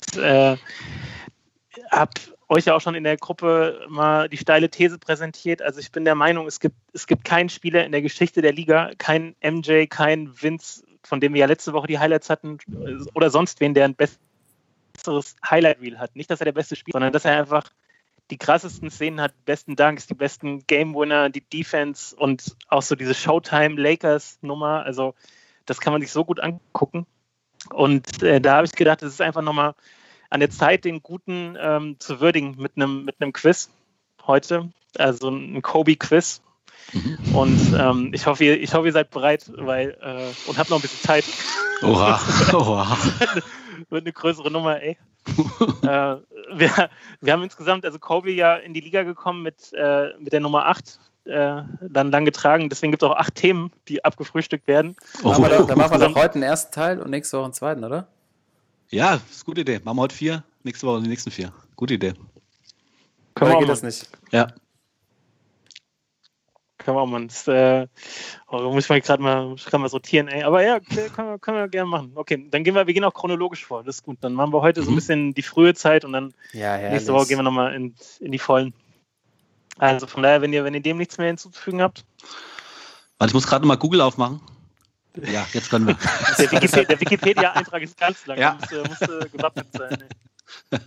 habe euch ja auch schon in der Gruppe mal die steile These präsentiert. Also ich bin der Meinung, es gibt keinen Spieler in der Geschichte der Liga, kein MJ, kein Vince, von dem wir ja letzte Woche die Highlights hatten, oder sonst wen, der ein besseres Highlight-Reel hat. Nicht, dass er der beste Spieler ist, sondern dass er einfach die krassesten Szenen hat, besten Dunks, die besten Game-Winner, die Defense und auch so diese Showtime-Lakers-Nummer. Also das kann man sich so gut angucken. Und da habe ich gedacht, es ist einfach nochmal an der Zeit, den Guten zu würdigen mit einem Quiz heute. Also ein Kobe-Quiz. Und ich hoffe, ihr seid bereit, und habt noch ein bisschen Zeit. Oha. Wird eine größere Nummer, ey. Wir haben insgesamt, also Kobe ja in die Liga gekommen mit der Nummer 8, dann lang getragen. Deswegen gibt es auch 8 Themen, die abgefrühstückt werden. Da machen wir doch heute den ersten Teil und nächste Woche einen zweiten, oder? Ja, das ist eine gute Idee. Machen wir heute 4, nächste Woche die nächsten 4. Gute Idee. Oder geht das nicht? Ja. Können wir auch mal. Muss ich gerade mal sortieren, ey. Aber ja, können wir gerne machen. Okay, dann wir gehen auch chronologisch vor. Das ist gut. Dann machen wir heute so ein bisschen die frühe Zeit und dann nächste Woche gehen wir nochmal in die Vollen. Also von daher, wenn ihr dem nichts mehr hinzuzufügen habt. Warte, ich muss gerade nochmal Google aufmachen. Ja, jetzt können wir. Der Wikipedia-Eintrag ist ganz lang. Ja. Musste gewappnet sein. Ey.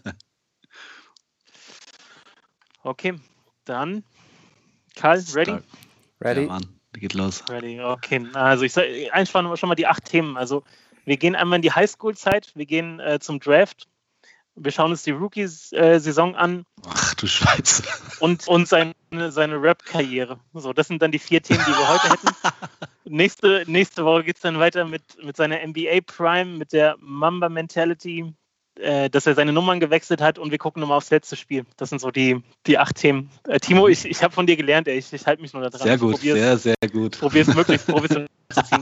Okay, dann Karl, ready? Ready? Ja, Mann. Geht los. Ready, okay. Also ich sage einfach schon mal die 8 Themen. Also wir gehen einmal in die Highschool-Zeit, wir gehen zum Draft, wir schauen uns die Rookies-Saison an. Ach du Scheiße. Und seine Rap-Karriere. So, das sind dann die 4 Themen, die wir heute hätten. Nächste Woche geht es dann weiter mit seiner NBA Prime, mit der Mamba Mentality, dass er seine Nummern gewechselt hat, und wir gucken nochmal aufs letzte Spiel. Das sind so die 8 Themen. Timo, ich habe von dir gelernt, ich halte mich nur da dran. Sehr gut, sehr gut. Probier es möglichst professionell zu ziehen.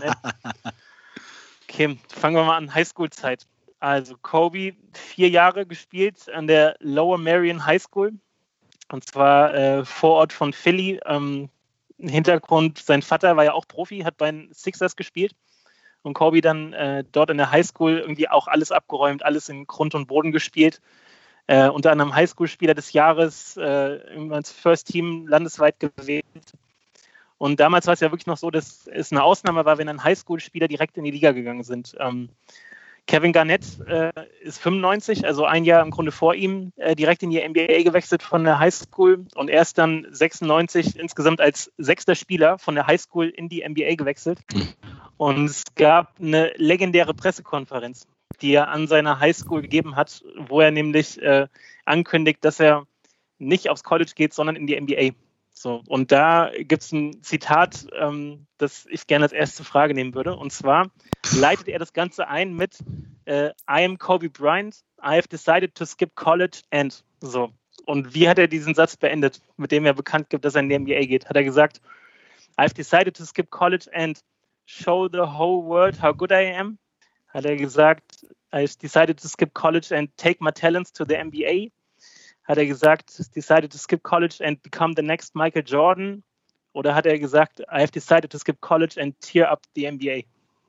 Okay, fangen wir mal an. Highschool-Zeit. Also Kobe, 4 Jahre gespielt an der Lower Merion High School, und zwar Vorort von Philly. Hintergrund, sein Vater war ja auch Profi, hat bei den Sixers gespielt, und Kobe dann dort in der Highschool irgendwie auch alles abgeräumt, alles in Grund und Boden gespielt. Unter anderem Highschool-Spieler des Jahres, irgendwann ins First Team landesweit gewählt. Und damals war es ja wirklich noch so, dass es eine Ausnahme war, wenn dann Highschool-Spieler direkt in die Liga gegangen sind. Kevin Garnett ist 95, also ein Jahr im Grunde vor ihm, direkt in die NBA gewechselt von der Highschool, und erst dann 96 insgesamt als 6. Spieler von der Highschool in die NBA gewechselt. Und es gab eine legendäre Pressekonferenz, die er an seiner Highschool gegeben hat, wo er nämlich ankündigt, dass er nicht aufs College geht, sondern in die NBA. So, und da gibt es ein Zitat, das ich gerne als erste Frage nehmen würde. Und zwar leitet er das Ganze ein mit I am Kobe Bryant, I have decided to skip college and so. Und wie hat er diesen Satz beendet, mit dem er bekannt gibt, dass er in die NBA geht? Hat er gesagt, I have decided to skip college and show the whole world how good I am? Hat er gesagt, I have decided to skip college and take my talents to the NBA? Hat er gesagt, decided to skip college and become the next Michael Jordan? Oder hat er gesagt, I have decided to skip college and tear up the NBA?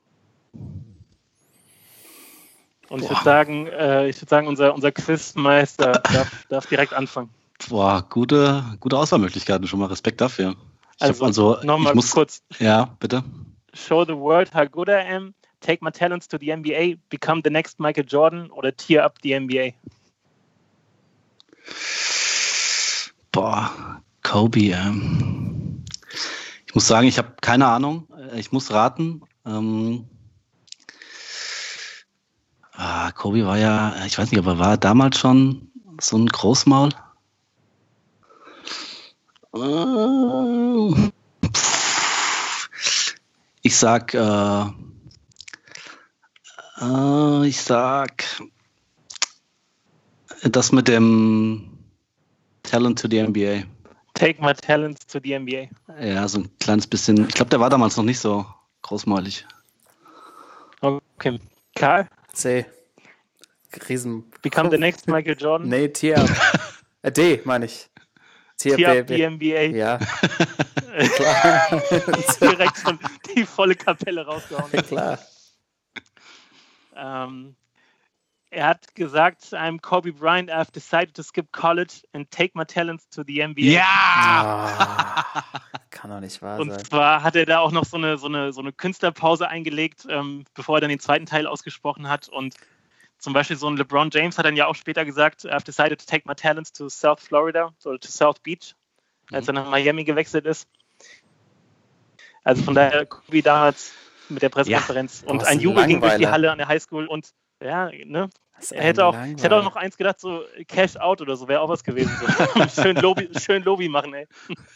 Und ich würde sagen, unser Quizmeister darf direkt anfangen. Boah, gute Auswahlmöglichkeiten, schon mal Respekt dafür. Also nochmal kurz. Ja, bitte. Show the world how good I am, take my talents to the NBA, become the next Michael Jordan oder tear up the NBA? Boah, Kobe. Ich muss sagen, ich habe keine Ahnung. Ich muss raten. Kobe war ja, ich weiß nicht, aber war er damals schon so ein Großmaul? Ich sag das mit dem Talent to the NBA. Take my talents to the NBA. Ja, so ein kleines bisschen. Ich glaube, der war damals noch nicht so großmäulig. Okay. Karl? C. Become the next Michael Jordan? Nee, Tier. D, meine ich. Tier up die NBA. Ja. Klar. Direkt schon die volle Kapelle rausgehauen. Klar. Er hat gesagt, I'm Kobe Bryant, I've decided to skip college and take my talents to the NBA. Ja! Kann doch nicht wahr sein. Und zwar hat er da auch noch so eine Künstlerpause eingelegt, bevor er dann den zweiten Teil ausgesprochen hat. Und zum Beispiel so ein LeBron James hat dann ja auch später gesagt, I've decided to take my talents to South Florida oder to South Beach, als er nach Miami gewechselt ist. Also von daher Kobe damals mit der Pressekonferenz. Ja. Und ein Jubel ging durch die Halle an der Highschool und ja, ne? Ich hätte auch noch eins gedacht, so Cash Out oder so, wäre auch was gewesen. So. schön Lobby machen, ey.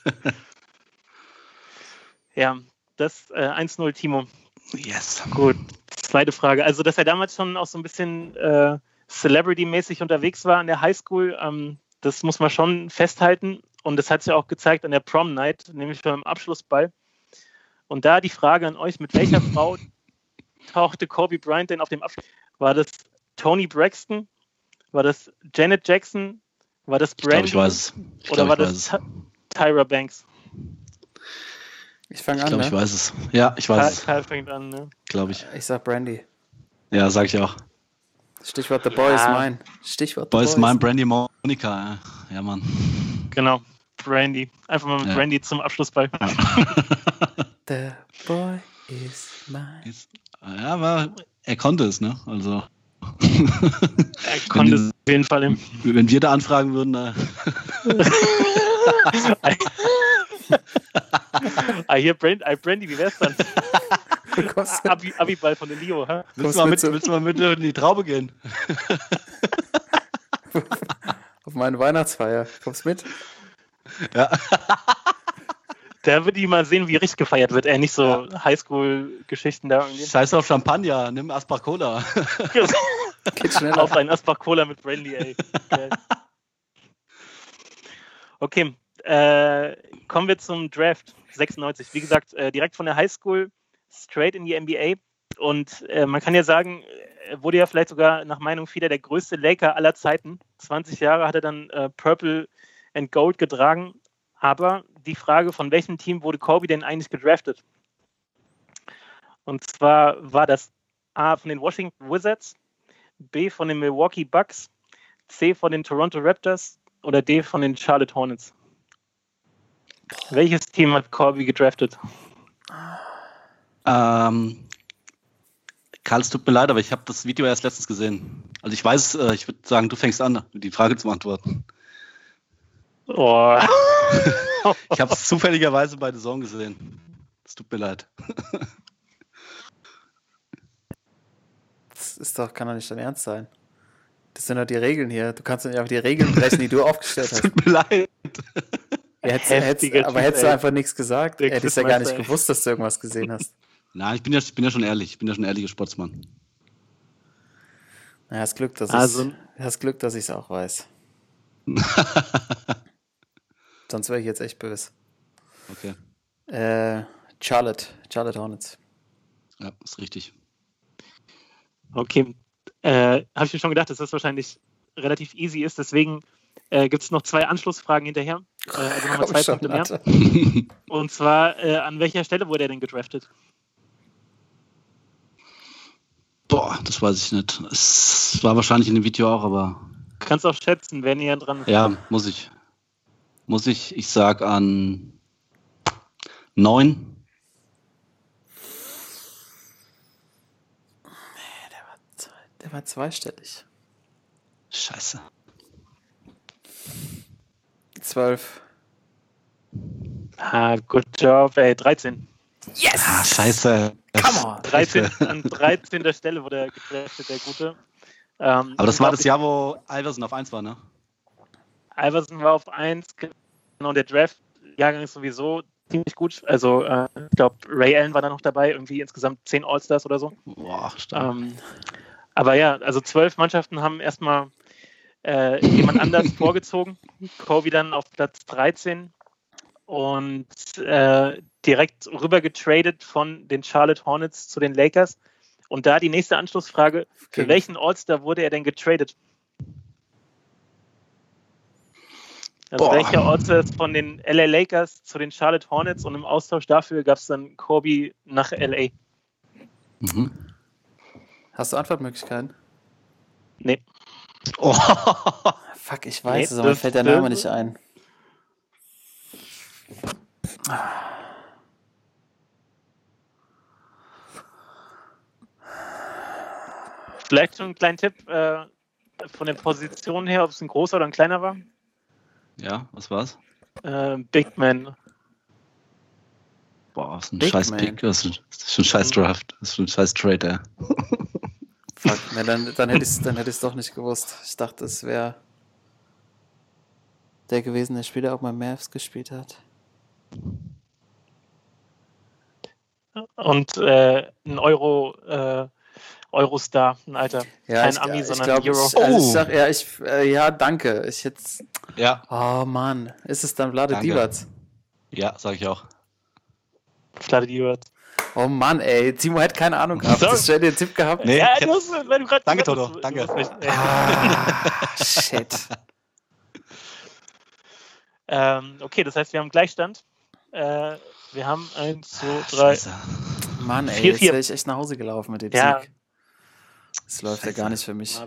Ja, das 1-0, Timo. Yes. Gut, zweite Frage. Also, dass er damals schon auch so ein bisschen Celebrity-mäßig unterwegs war an der Highschool, das muss man schon festhalten. Und das hat sich auch gezeigt an der Prom Night, nämlich beim Abschlussball. Und da die Frage an euch, mit welcher Frau tauchte Kobe Bryant denn auf dem Abschluss? War das Toni Braxton? War das Janet Jackson? War das Brandy? Ich weiß es. Oder war das Tyra Banks? Ich fange an, ich weiß es. Ja, ich weiß es. Karl fängt an, ne? Glaube ich. Ich sag Brandy. Ja, sag ich auch. Stichwort The Boy is Mine. Stichwort The Boy is Mine, Brandy Monica. Ja, Mann. Genau, Brandy. Einfach mal mit Brandy zum Abschlussball. The Boy is Mine. Ja, aber er konnte es, ne? Also. Er konnte es auf jeden Fall. Wenn wir da anfragen würden, Hier, Brandy, wie wär's dann? Abiball von der Leo, hä? Willst du mal mit in die Traube gehen? Auf meine Weihnachtsfeier. Kommst mit? Ja. Da würde ich mal sehen, wie richtig gefeiert wird. Nicht so Highschool-Geschichten da irgendwie. Scheiß auf Champagner, nimm Asparcola. Geht schneller. Auf einen Asparcola mit Brandy, ey. Geil. Okay, kommen wir zum Draft 96. Wie gesagt, direkt von der Highschool straight in die NBA. Und man kann ja sagen, er wurde ja vielleicht sogar nach Meinung vieler der größte Laker aller Zeiten. 20 Jahre hat er dann Purple and Gold getragen. Aber die Frage, von welchem Team wurde Kobe denn eigentlich gedraftet? Und zwar war das A von den Washington Wizards, B von den Milwaukee Bucks, C von den Toronto Raptors oder D von den Charlotte Hornets. Welches Team hat Kobe gedraftet? Karl, es tut mir leid, aber ich habe das Video erst letztens gesehen. Also ich weiß, ich würde sagen, du fängst an, die Frage zu beantworten. Oh. Ich habe es zufälligerweise bei The Zone gesehen. Es tut mir leid. Das kann doch nicht dein Ernst sein. Das sind doch die Regeln hier. Du kannst doch nicht einfach die Regeln brechen, die du aufgestellt hast. Tut mir leid. Ja, hättest du einfach nichts gesagt, hättest ja gar nicht gewusst, dass du irgendwas gesehen hast. Nein, ich bin ja schon ehrlich. Ich bin ja schon ein ehrlicher Sportsmann. Ja, hast Glück, dass ich es auch weiß. Sonst wäre ich jetzt echt böse. Okay. Charlotte Hornets. Ja, ist richtig. Okay. Habe ich mir schon gedacht, dass das wahrscheinlich relativ easy ist. Deswegen gibt es noch 2 Anschlussfragen hinterher. Also nochmal 2 Punkte mehr. Und zwar, an welcher Stelle wurde er denn gedraftet? Boah, das weiß ich nicht. Es war wahrscheinlich in dem Video auch, aber... Kannst auch schätzen, wer näher dran ist. Ja, muss ich. Ich sag an 9. Der war zweistellig. Scheiße. 12. Good job, 13. Yes! Scheiße. Come on! 13, an 13. Stelle wurde er gedraftet, der Gute. Aber das war das Jahr, wo Iverson auf 1 war, ne? Iverson war auf 1, genau, der Draft-Jahrgang ist sowieso ziemlich gut. Also, ich glaube, Ray Allen war da noch dabei, irgendwie insgesamt 10 All-Stars oder so. Boah, stark. Aber ja, also 12 Mannschaften haben erstmal jemand anders vorgezogen. Kobe dann auf Platz 13 und direkt rüber getradet von den Charlotte Hornets zu den Lakers. Und da die nächste Anschlussfrage, für welchen All-Star wurde er denn getradet? Also welcher All-Star ist von den LA Lakers zu den Charlotte Hornets und im Austausch dafür gab es dann Kobe nach LA. Mhm. Hast du Antwortmöglichkeiten? Nee. Oh. Fuck, ich weiß es, aber mir fällt der Name nicht ein. Vielleicht schon einen kleinen Tipp von der Position her, ob es ein großer oder ein kleiner war? Ja, was war's? Big Man. Boah, das ist ein scheiß Pick. Das ist schon ein scheiß Draft. Das ist schon ein scheiß Trade, ey. Fuck, ne, dann hätte ich es doch nicht gewusst. Ich dachte, es wäre der gewesen, der später auch mal Mavs gespielt hat. Und ein Eurostar, ein Alter. Ja, kein Ami, sondern Euro. Ich sag, danke. Ich jetzt. Ja. Oh Mann, ist es dann Vlade Divac? Ja, sag ich auch. Vlade Divac. Oh Mann, ey, Timo hätte keine Ahnung gehabt. Hast du den Tipp gehabt? Nee, ja, weil du gerade. Danke, Toto, danke. Shit. Okay, das heißt, wir haben Gleichstand. Wir haben 1, 2, 3. Mann, ey, 4, jetzt wäre ich echt nach Hause gelaufen mit dem Sieg. Das läuft ja gar nicht für mich.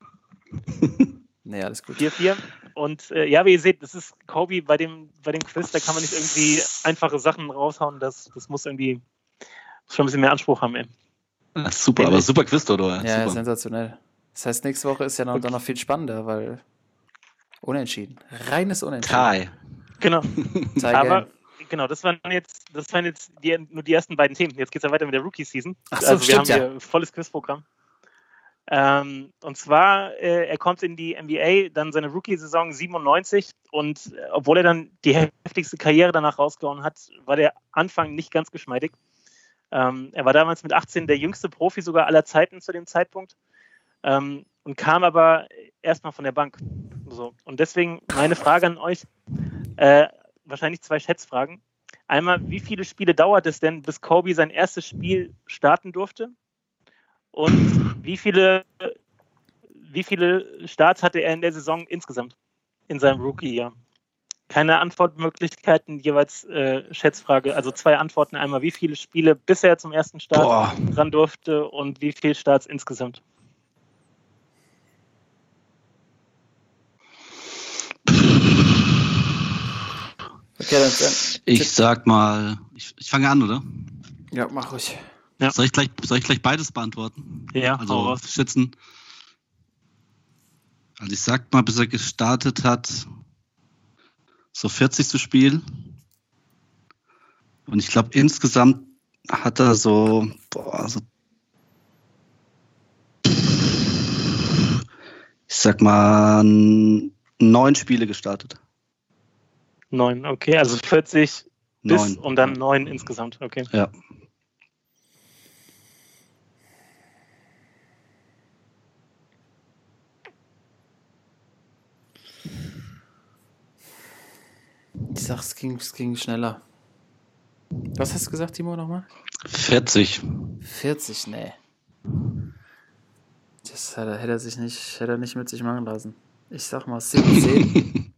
Nee, alles gut. 4-4. Und wie ihr seht, das ist Kobe bei dem Quiz, da kann man nicht irgendwie einfache Sachen raushauen. Das muss irgendwie schon ein bisschen mehr Anspruch haben, ey. Ja, super, aber super Quiz, Toto. Ja, super. Sensationell. Das heißt, nächste Woche ist ja dann noch viel spannender, weil Unentschieden. Reines Unentschieden. Kai. Genau. Aber genau, das waren jetzt nur die ersten beiden Themen. Jetzt geht es ja weiter mit der Rookie-Season. Ach so, also wir stimmt, haben hier volles Quizprogramm. Und zwar, er kommt in die NBA, dann seine Rookie-Saison 97 und obwohl er dann die heftigste Karriere danach rausgehauen hat, war der Anfang nicht ganz geschmeidig. Er war damals mit 18 der jüngste Profi sogar aller Zeiten zu dem Zeitpunkt und kam aber erstmal von der Bank. So. Und deswegen meine Frage an euch, wahrscheinlich 2 Schätzfragen. Einmal, wie viele Spiele dauert es denn, bis Kobe sein erstes Spiel starten durfte? Und wie viele Starts hatte er in der Saison insgesamt in seinem Rookie-Jahr? Keine Antwortmöglichkeiten, jeweils Schätzfrage. Also 2 Antworten. Einmal, wie viele Spiele bisher zum ersten Start ran durfte und wie viele Starts insgesamt? Okay, dann ich sag mal, ich fange an, oder? Ja, mach ruhig. Ja. Soll ich gleich beides beantworten? Ja, also schätzen. Also ich sag mal, bis er gestartet hat, so 40. Spiel. Und ich glaube, insgesamt hat er so ich sag mal 9 Spiele gestartet. 9, okay, also 40 bis 9. und dann 9 insgesamt, okay. Ja. Ich sag, es ging schneller. Was hast du gesagt, Timo, nochmal? 40. 40, nee. Das hätte er nicht mit sich machen lassen. Ich sag mal 17.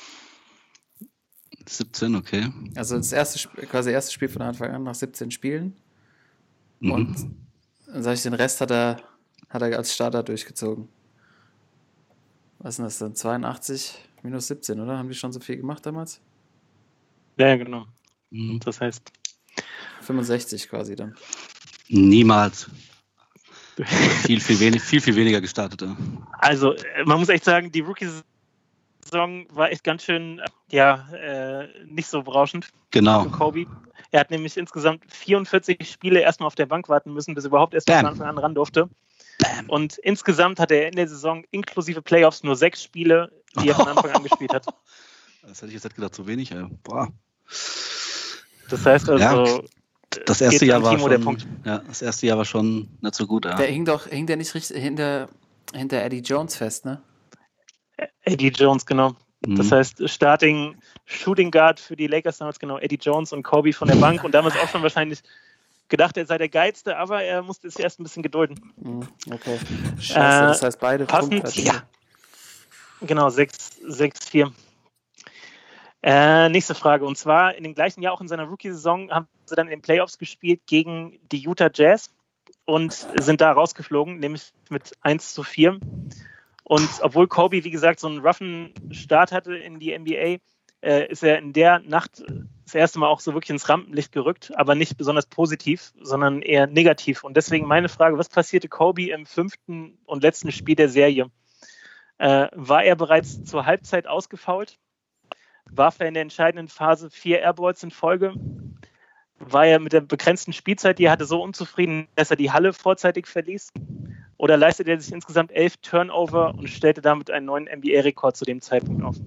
17, okay. Also das erste Spiel von Anfang an nach 17 Spielen. Und dann sage ich, den Rest hat er als Starter durchgezogen. Was ist denn das dann? 82 minus 17, oder? Haben die schon so viel gemacht damals? Ja, genau. Das heißt 65 quasi dann. Niemals. viel weniger gestartet. Ja. Also, man muss echt sagen, die Rookie-Saison war echt ganz schön, nicht so berauschend Genau. für Kobe. Er hat nämlich insgesamt 44 Spiele erstmal auf der Bank warten müssen, bis er überhaupt erst von Anfang an ran durfte. Bam. Und insgesamt hatte er in der Saison inklusive Playoffs nur 6 Spiele, die er von Anfang an gespielt hat. Das hätte ich jetzt gedacht, so wenig. Ey. Boah. Das heißt also, ja, das erste Jahr war Timo schon, der Punkt. Ja, das erste Jahr war schon nicht so gut. Ja. Der hing der nicht richtig hinter Eddie Jones fest, ne? Eddie Jones, genau. Das heißt, Starting Shooting Guard für die Lakers damals, genau, Eddie Jones und Kobe von der Bank und damals auch schon wahrscheinlich gedacht, er sei der Geilste, aber er musste sich erst ein bisschen gedulden. Okay. Scheiße, das heißt beide passend, ja. Genau, 6-4. Nächste Frage, und zwar in dem gleichen Jahr, auch in seiner Rookie-Saison, haben sie dann in den Playoffs gespielt gegen die Utah Jazz und sind da rausgeflogen, nämlich mit 1-4. Und obwohl Kobe, wie gesagt, so einen roughen Start hatte in die NBA, ist er in der Nacht das erste Mal auch so wirklich ins Rampenlicht gerückt, aber nicht besonders positiv, sondern eher negativ. Und deswegen meine Frage, was passierte Kobe im 5. und letzten Spiel der Serie? War er bereits zur Halbzeit ausgefoult? Warf er in der entscheidenden Phase 4 Airballs in Folge? War er mit der begrenzten Spielzeit, die er hatte, so unzufrieden, dass er die Halle vorzeitig verließ? Oder leistete er sich insgesamt 11 Turnover und stellte damit einen neuen NBA-Rekord zu dem Zeitpunkt auf?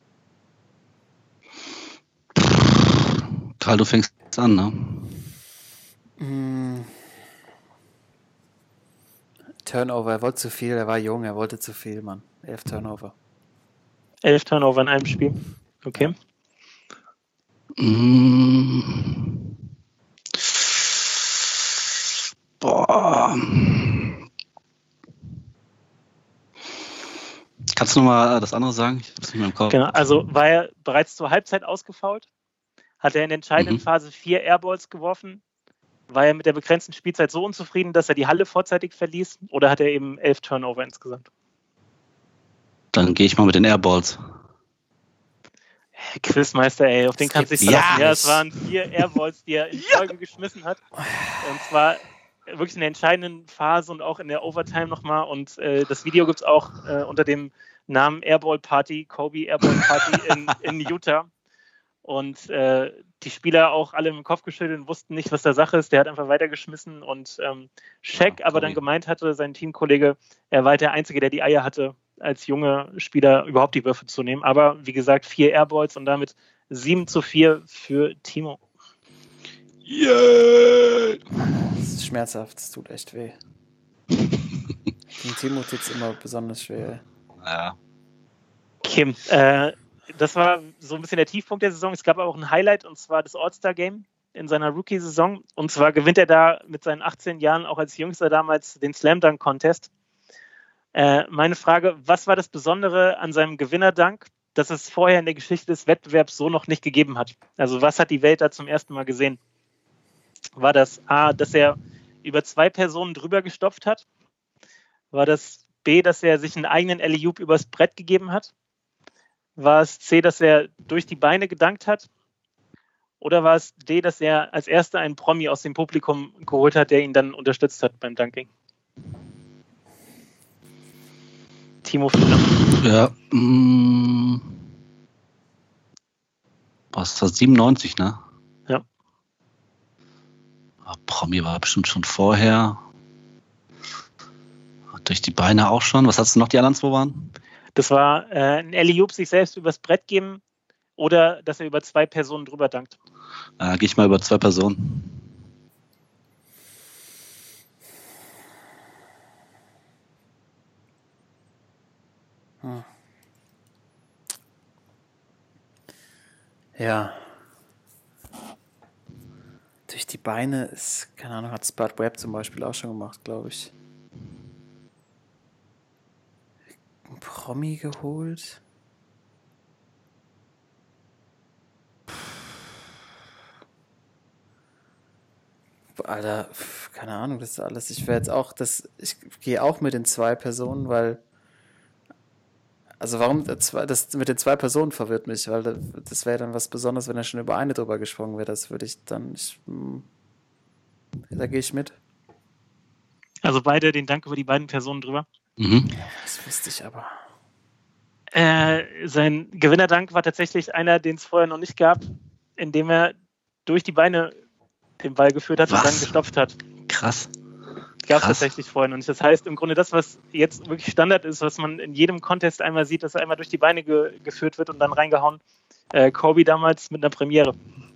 Karl, du fängst an, ne? Turnover, er wollte zu viel, er war jung, er wollte zu viel, Mann. 11 Turnover. 11 Turnover in einem Spiel. Okay. Boah. Kannst du nochmal das andere sagen? Ich hab's nicht mehr im Kopf. Genau, also war er bereits zur Halbzeit ausgefoult? Hat er in der entscheidenden Phase 4 Airballs geworfen? War er mit der begrenzten Spielzeit so unzufrieden, dass er die Halle vorzeitig verließ? Oder hat er eben 11 Turnover insgesamt? Dann gehe ich mal mit den Airballs. Quizmeister, ey, auf den kannst du dich verlassen. Ja, es waren 4 Airballs, die er in Folge geschmissen hat. Und zwar wirklich in der entscheidenden Phase und auch in der Overtime nochmal. Und das Video gibt es auch unter dem Namen Airball Party, Kobe Airball Party in Utah. und die Spieler auch alle im Kopf geschüttelt und wussten nicht, was der Sache ist. Der hat einfach weitergeschmissen und Shaq aber dann gemeint hatte, sein Teamkollege, er war halt der Einzige, der die Eier hatte, als junge Spieler überhaupt die Würfe zu nehmen. Aber wie gesagt, 4 Airballs und damit 7-4 für Timo. Yeah! Das ist schmerzhaft, das tut echt weh. Gegen Timo tut es immer besonders schwer. Ja. Kim, das war so ein bisschen der Tiefpunkt der Saison. Es gab auch ein Highlight, und zwar das All-Star-Game in seiner Rookie-Saison. Und zwar gewinnt er da mit seinen 18 Jahren auch als Jüngster damals den Slam-Dunk-Contest. Meine Frage, was war das Besondere an seinem Gewinnerdank, dass es vorher in der Geschichte des Wettbewerbs so noch nicht gegeben hat? Also was hat die Welt da zum ersten Mal gesehen? War das A, dass er über 2 Personen drüber gestopft hat? War das B, dass er sich einen eigenen Alley-Oop übers Brett gegeben hat? War es C, dass er durch die Beine gedankt hat? Oder war es D, dass er als erster einen Promi aus dem Publikum geholt hat, der ihn dann unterstützt hat beim Dunking? Timo Fühler. Ja. Was ist das? 97, ne? Ja. Promi war bestimmt schon vorher. Durch die Beine auch schon. Was hast du noch, die anderen 2 waren? Das war ein Alley-Oop sich selbst übers Brett geben oder dass er über 2 Personen drüber dankt. Gehe ich mal über 2 Personen. Ja. Durch die Beine ist, keine Ahnung, hat Spud Webb zum Beispiel auch schon gemacht, glaube ich. Ein Promi geholt. Alter, keine Ahnung, das ist alles. Ich gehe auch mit den 2 Personen, weil. Also warum das mit den 2 Personen verwirrt mich, weil das wäre dann was Besonderes, wenn er schon über eine drüber gesprungen wäre. Das würde ich dann. Da gehe ich mit. Also beide den Dank über die beiden Personen drüber. Mhm. Das wusste ich aber. Sein Gewinnerdank war tatsächlich einer, den es vorher noch nicht gab, indem er durch die Beine den Ball geführt hat und dann gestopft hat. Krass. Gab es tatsächlich vorher noch nicht. Das heißt, im Grunde das, was jetzt wirklich Standard ist, was man in jedem Contest einmal sieht, dass er einmal durch die Beine geführt wird und dann reingehauen. Kobe damals mit einer Premiere.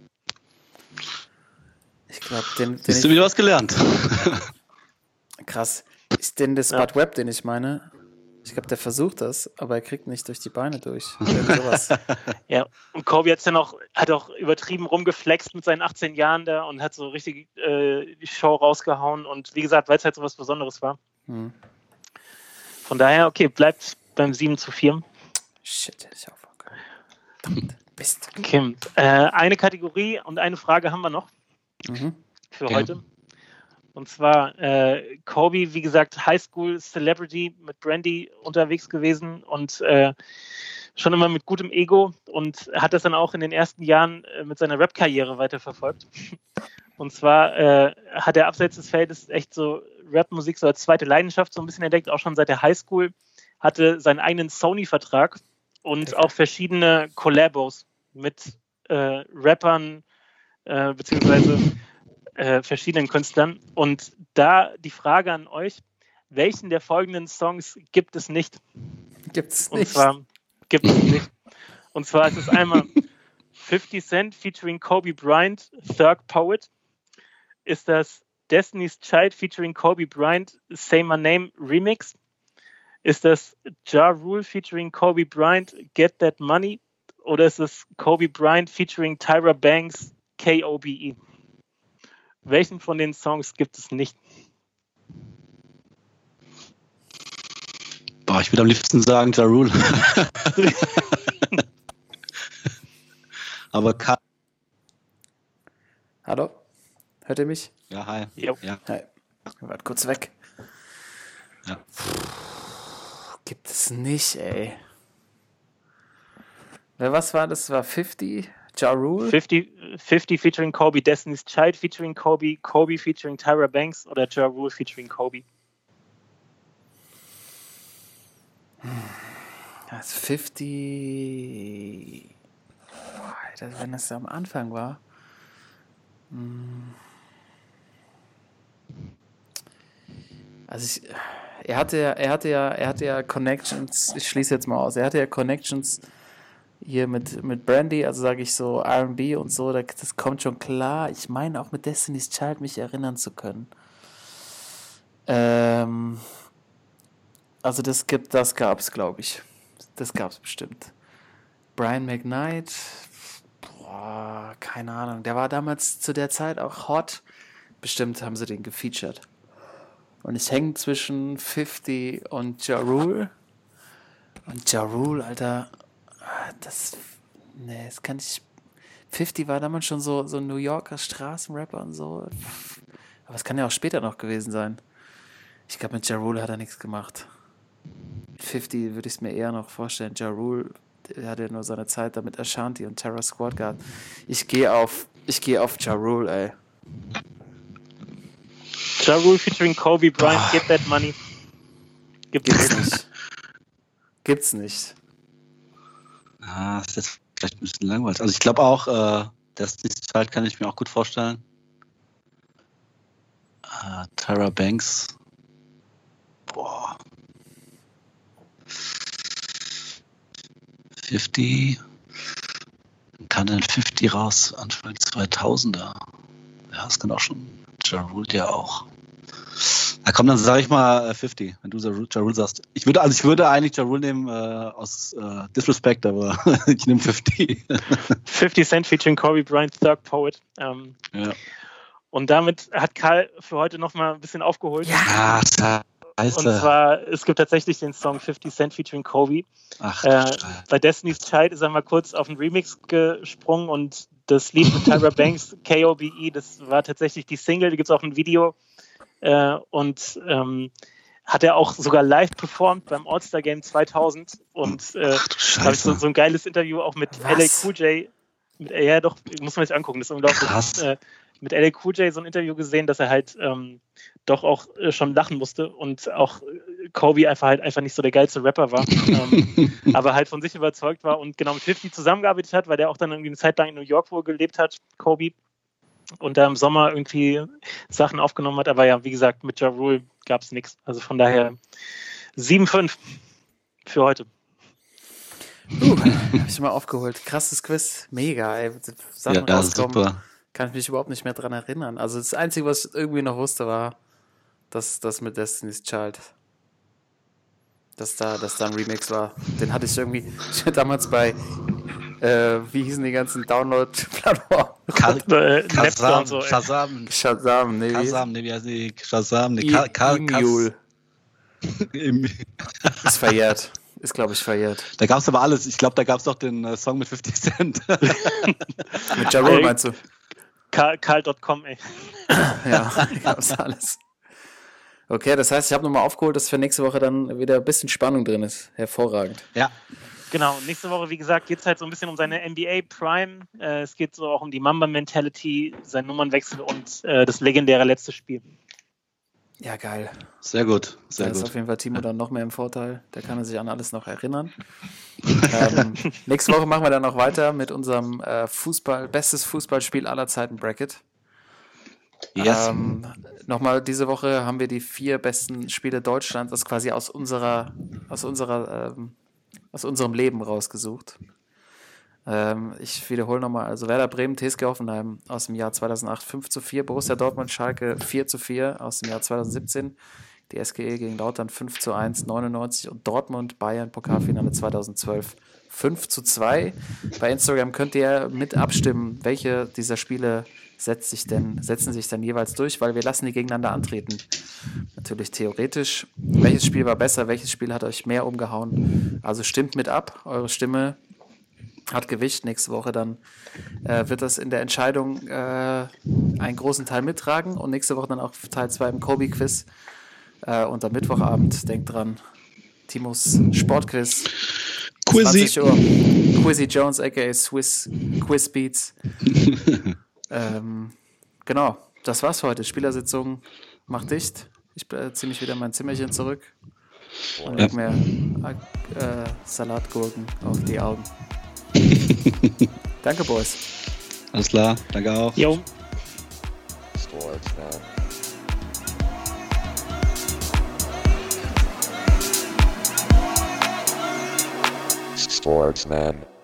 Ich glaube, Hast du wieder was gelernt? Krass. Ist denn das Spud Webb, den ich meine? Ich glaube, der versucht das, aber er kriegt nicht durch die Beine durch. Sowas. Ja, und Kobe hat auch übertrieben rumgeflext mit seinen 18 Jahren da und hat so richtig die Show rausgehauen. Und wie gesagt, weil es halt so was Besonderes war. Von daher, okay, bleibt beim 7-4. Shit, hätte ich aufhören können. Mist. Okay. Eine Kategorie und eine Frage haben wir noch für heute. Und zwar Kobe, wie gesagt, Highschool Celebrity mit Brandy unterwegs gewesen und schon immer mit gutem Ego und hat das dann auch in den ersten Jahren mit seiner Rap-Karriere weiterverfolgt. Und zwar hat er abseits des Feldes echt so Rap-Musik so als zweite Leidenschaft so ein bisschen entdeckt, auch schon seit der Highschool, hatte seinen eigenen Sony-Vertrag und auch verschiedene Collabos mit Rappern beziehungsweise verschiedenen Künstlern. Und da die Frage an euch, welchen der folgenden Songs gibt es nicht? Gibt es nicht. Und zwar ist es einmal 50 Cent featuring Kobe Bryant, Thug Poet. Ist das Destiny's Child featuring Kobe Bryant, Say My Name Remix? Ist das Ja Rule featuring Kobe Bryant, Get That Money? Oder ist es Kobe Bryant featuring Tyra Banks, KOBE? Welchen von den Songs gibt es nicht? Boah, ich würde am liebsten sagen Ja Rule. Aber Hallo? Hört ihr mich? Ja, hi. Jo. Ja. Hi. Wir waren kurz weg. Ja. Gibt es nicht, ey. Was war das? War 50? Ja Rule? 50 featuring Kobe, Destiny's Child featuring Kobe, Kobe featuring Tyra Banks oder Ja Rule featuring Kobe? Das 50. wenn das am Anfang war. Also er hatte ja Connections, ich schließe jetzt mal aus, er hatte ja Connections hier mit Brandy, also sage ich so R&B und so, das kommt schon klar. Ich meine auch mit Destiny's Child mich erinnern zu können. Also das gab's, glaube ich. Das gab's bestimmt. Brian McKnight, keine Ahnung. Der war damals zu der Zeit auch hot. Bestimmt haben sie den gefeatured. Und ich hänge zwischen 50 und Ja Rule. Und Ja Rule, Alter, das kann ich... 50 war damals schon so ein New Yorker Straßenrapper und so. Aber es kann ja auch später noch gewesen sein. Ich glaube, mit Ja Rule hat er nichts gemacht. 50 würde ich es mir eher noch vorstellen. Ja Rule, der hat ja nur seine Zeit damit Ashanti und Terror Squad gehabt. Ich gehe auf Ja Rule, ey. Ja Rule featuring Kobe Bryant, Get That Money. Gibt's nicht. Gibt's nicht. Das ist jetzt vielleicht ein bisschen langweilig. Also ich glaube auch, Destiny's Child kann ich mir auch gut vorstellen. Tyra Banks. 50. Kann dann 50 raus, Anfang 2000er. Ja, das kann auch schon. Ja Rule ja auch. Na komm, dann sage ich mal 50, wenn du Ja Rule sagst. Ich würde eigentlich Ja Rule nehmen aus Disrespect, aber ich nehme 50. 50 Cent featuring Kobe Bryant, Thug Poet. Ja. Und damit hat Karl für heute nochmal ein bisschen aufgeholt. Ja, und zwar, es gibt tatsächlich den Song 50 Cent featuring Kobe. Bei Destiny's Child ist er mal kurz auf den Remix gesprungen und das Lied mit Tyra Banks, KOBE, das war tatsächlich die Single, da gibt es auch ein Video und hat er auch sogar live performt beim All-Star Game 2000 und da habe ich so ein geiles Interview auch mit LL Cool J, ja doch, muss man sich angucken, das ist unglaublich. Mit LL Cool J so ein Interview gesehen, dass er halt doch auch schon lachen musste und auch Kobe einfach nicht so der geilste Rapper war, aber halt von sich überzeugt war und genau mit 50 zusammengearbeitet hat, weil der auch dann irgendwie eine Zeit lang in New York wohl gelebt hat, Kobe, und da im Sommer irgendwie Sachen aufgenommen hat, aber ja, wie gesagt, mit Ja Rule gab es nichts, also von daher 7-5 für heute. Hab ich mal aufgeholt. Krasses Quiz, mega, ey. Sachen rauskommen. Super. Kann ich mich überhaupt nicht mehr dran erinnern. Also das Einzige, was ich irgendwie noch wusste, war, dass das mit Destiny's Child, dass da ein Remix war. Den hatte ich irgendwie damals bei, wie hießen die ganzen Download-Plattformen? Shazam, Ist verjährt. Ist, glaube ich, verjährt. Da gab es aber alles. Ich glaube, da gab es doch den Song mit 50 Cent. Mit Ja Rule meinst du? Karl.com, ey. Ja, gab's alles. Okay, das heißt, ich habe nochmal aufgeholt, dass für nächste Woche dann wieder ein bisschen Spannung drin ist. Hervorragend. Ja. Genau, nächste Woche, wie gesagt, geht es halt so ein bisschen um seine NBA Prime. Es geht so auch um die Mamba-Mentality, seinen Nummernwechsel und das legendäre letzte Spiel. Ja, geil. Sehr gut. Da ist auf jeden Fall Timo dann noch mehr im Vorteil. Der kann sich an alles noch erinnern. Nächste Woche machen wir dann noch weiter mit unserem bestes Fußballspiel aller Zeiten Bracket. Yes. Nochmal, diese Woche haben wir die 4 besten Spiele Deutschlands, das quasi aus unserem Leben rausgesucht. Ich wiederhole nochmal, also Werder Bremen, TSG Hoffenheim aus dem Jahr 2008 5-4, Borussia Dortmund, Schalke 4-4 aus dem Jahr 2017, die SGE gegen Lautern 5-1, 99 und Dortmund, Bayern, Pokalfinale 2012 5-2. Bei Instagram könnt ihr mit abstimmen, welche dieser Spiele setzen sich dann jeweils durch, weil wir lassen die gegeneinander antreten. Natürlich theoretisch. Welches Spiel war besser, welches Spiel hat euch mehr umgehauen? Also stimmt mit ab, eure Stimme hat Gewicht. Nächste Woche dann wird das in der Entscheidung einen großen Teil mittragen und nächste Woche dann auch Teil 2 im Kobe-Quiz. Und am Mittwochabend, denkt dran, Timos Sportquiz. Quizzy. 20 Uhr. Quizzy Jones, aka Swiss Quiz Beats. Genau, das war's für heute. Spielersitzung macht dicht. Ich ziehe mich wieder in mein Zimmerchen zurück und leg mir Salatgurken auf die Augen. Danke, Boys. Alles klar, danke auch. Jo. Sportsman.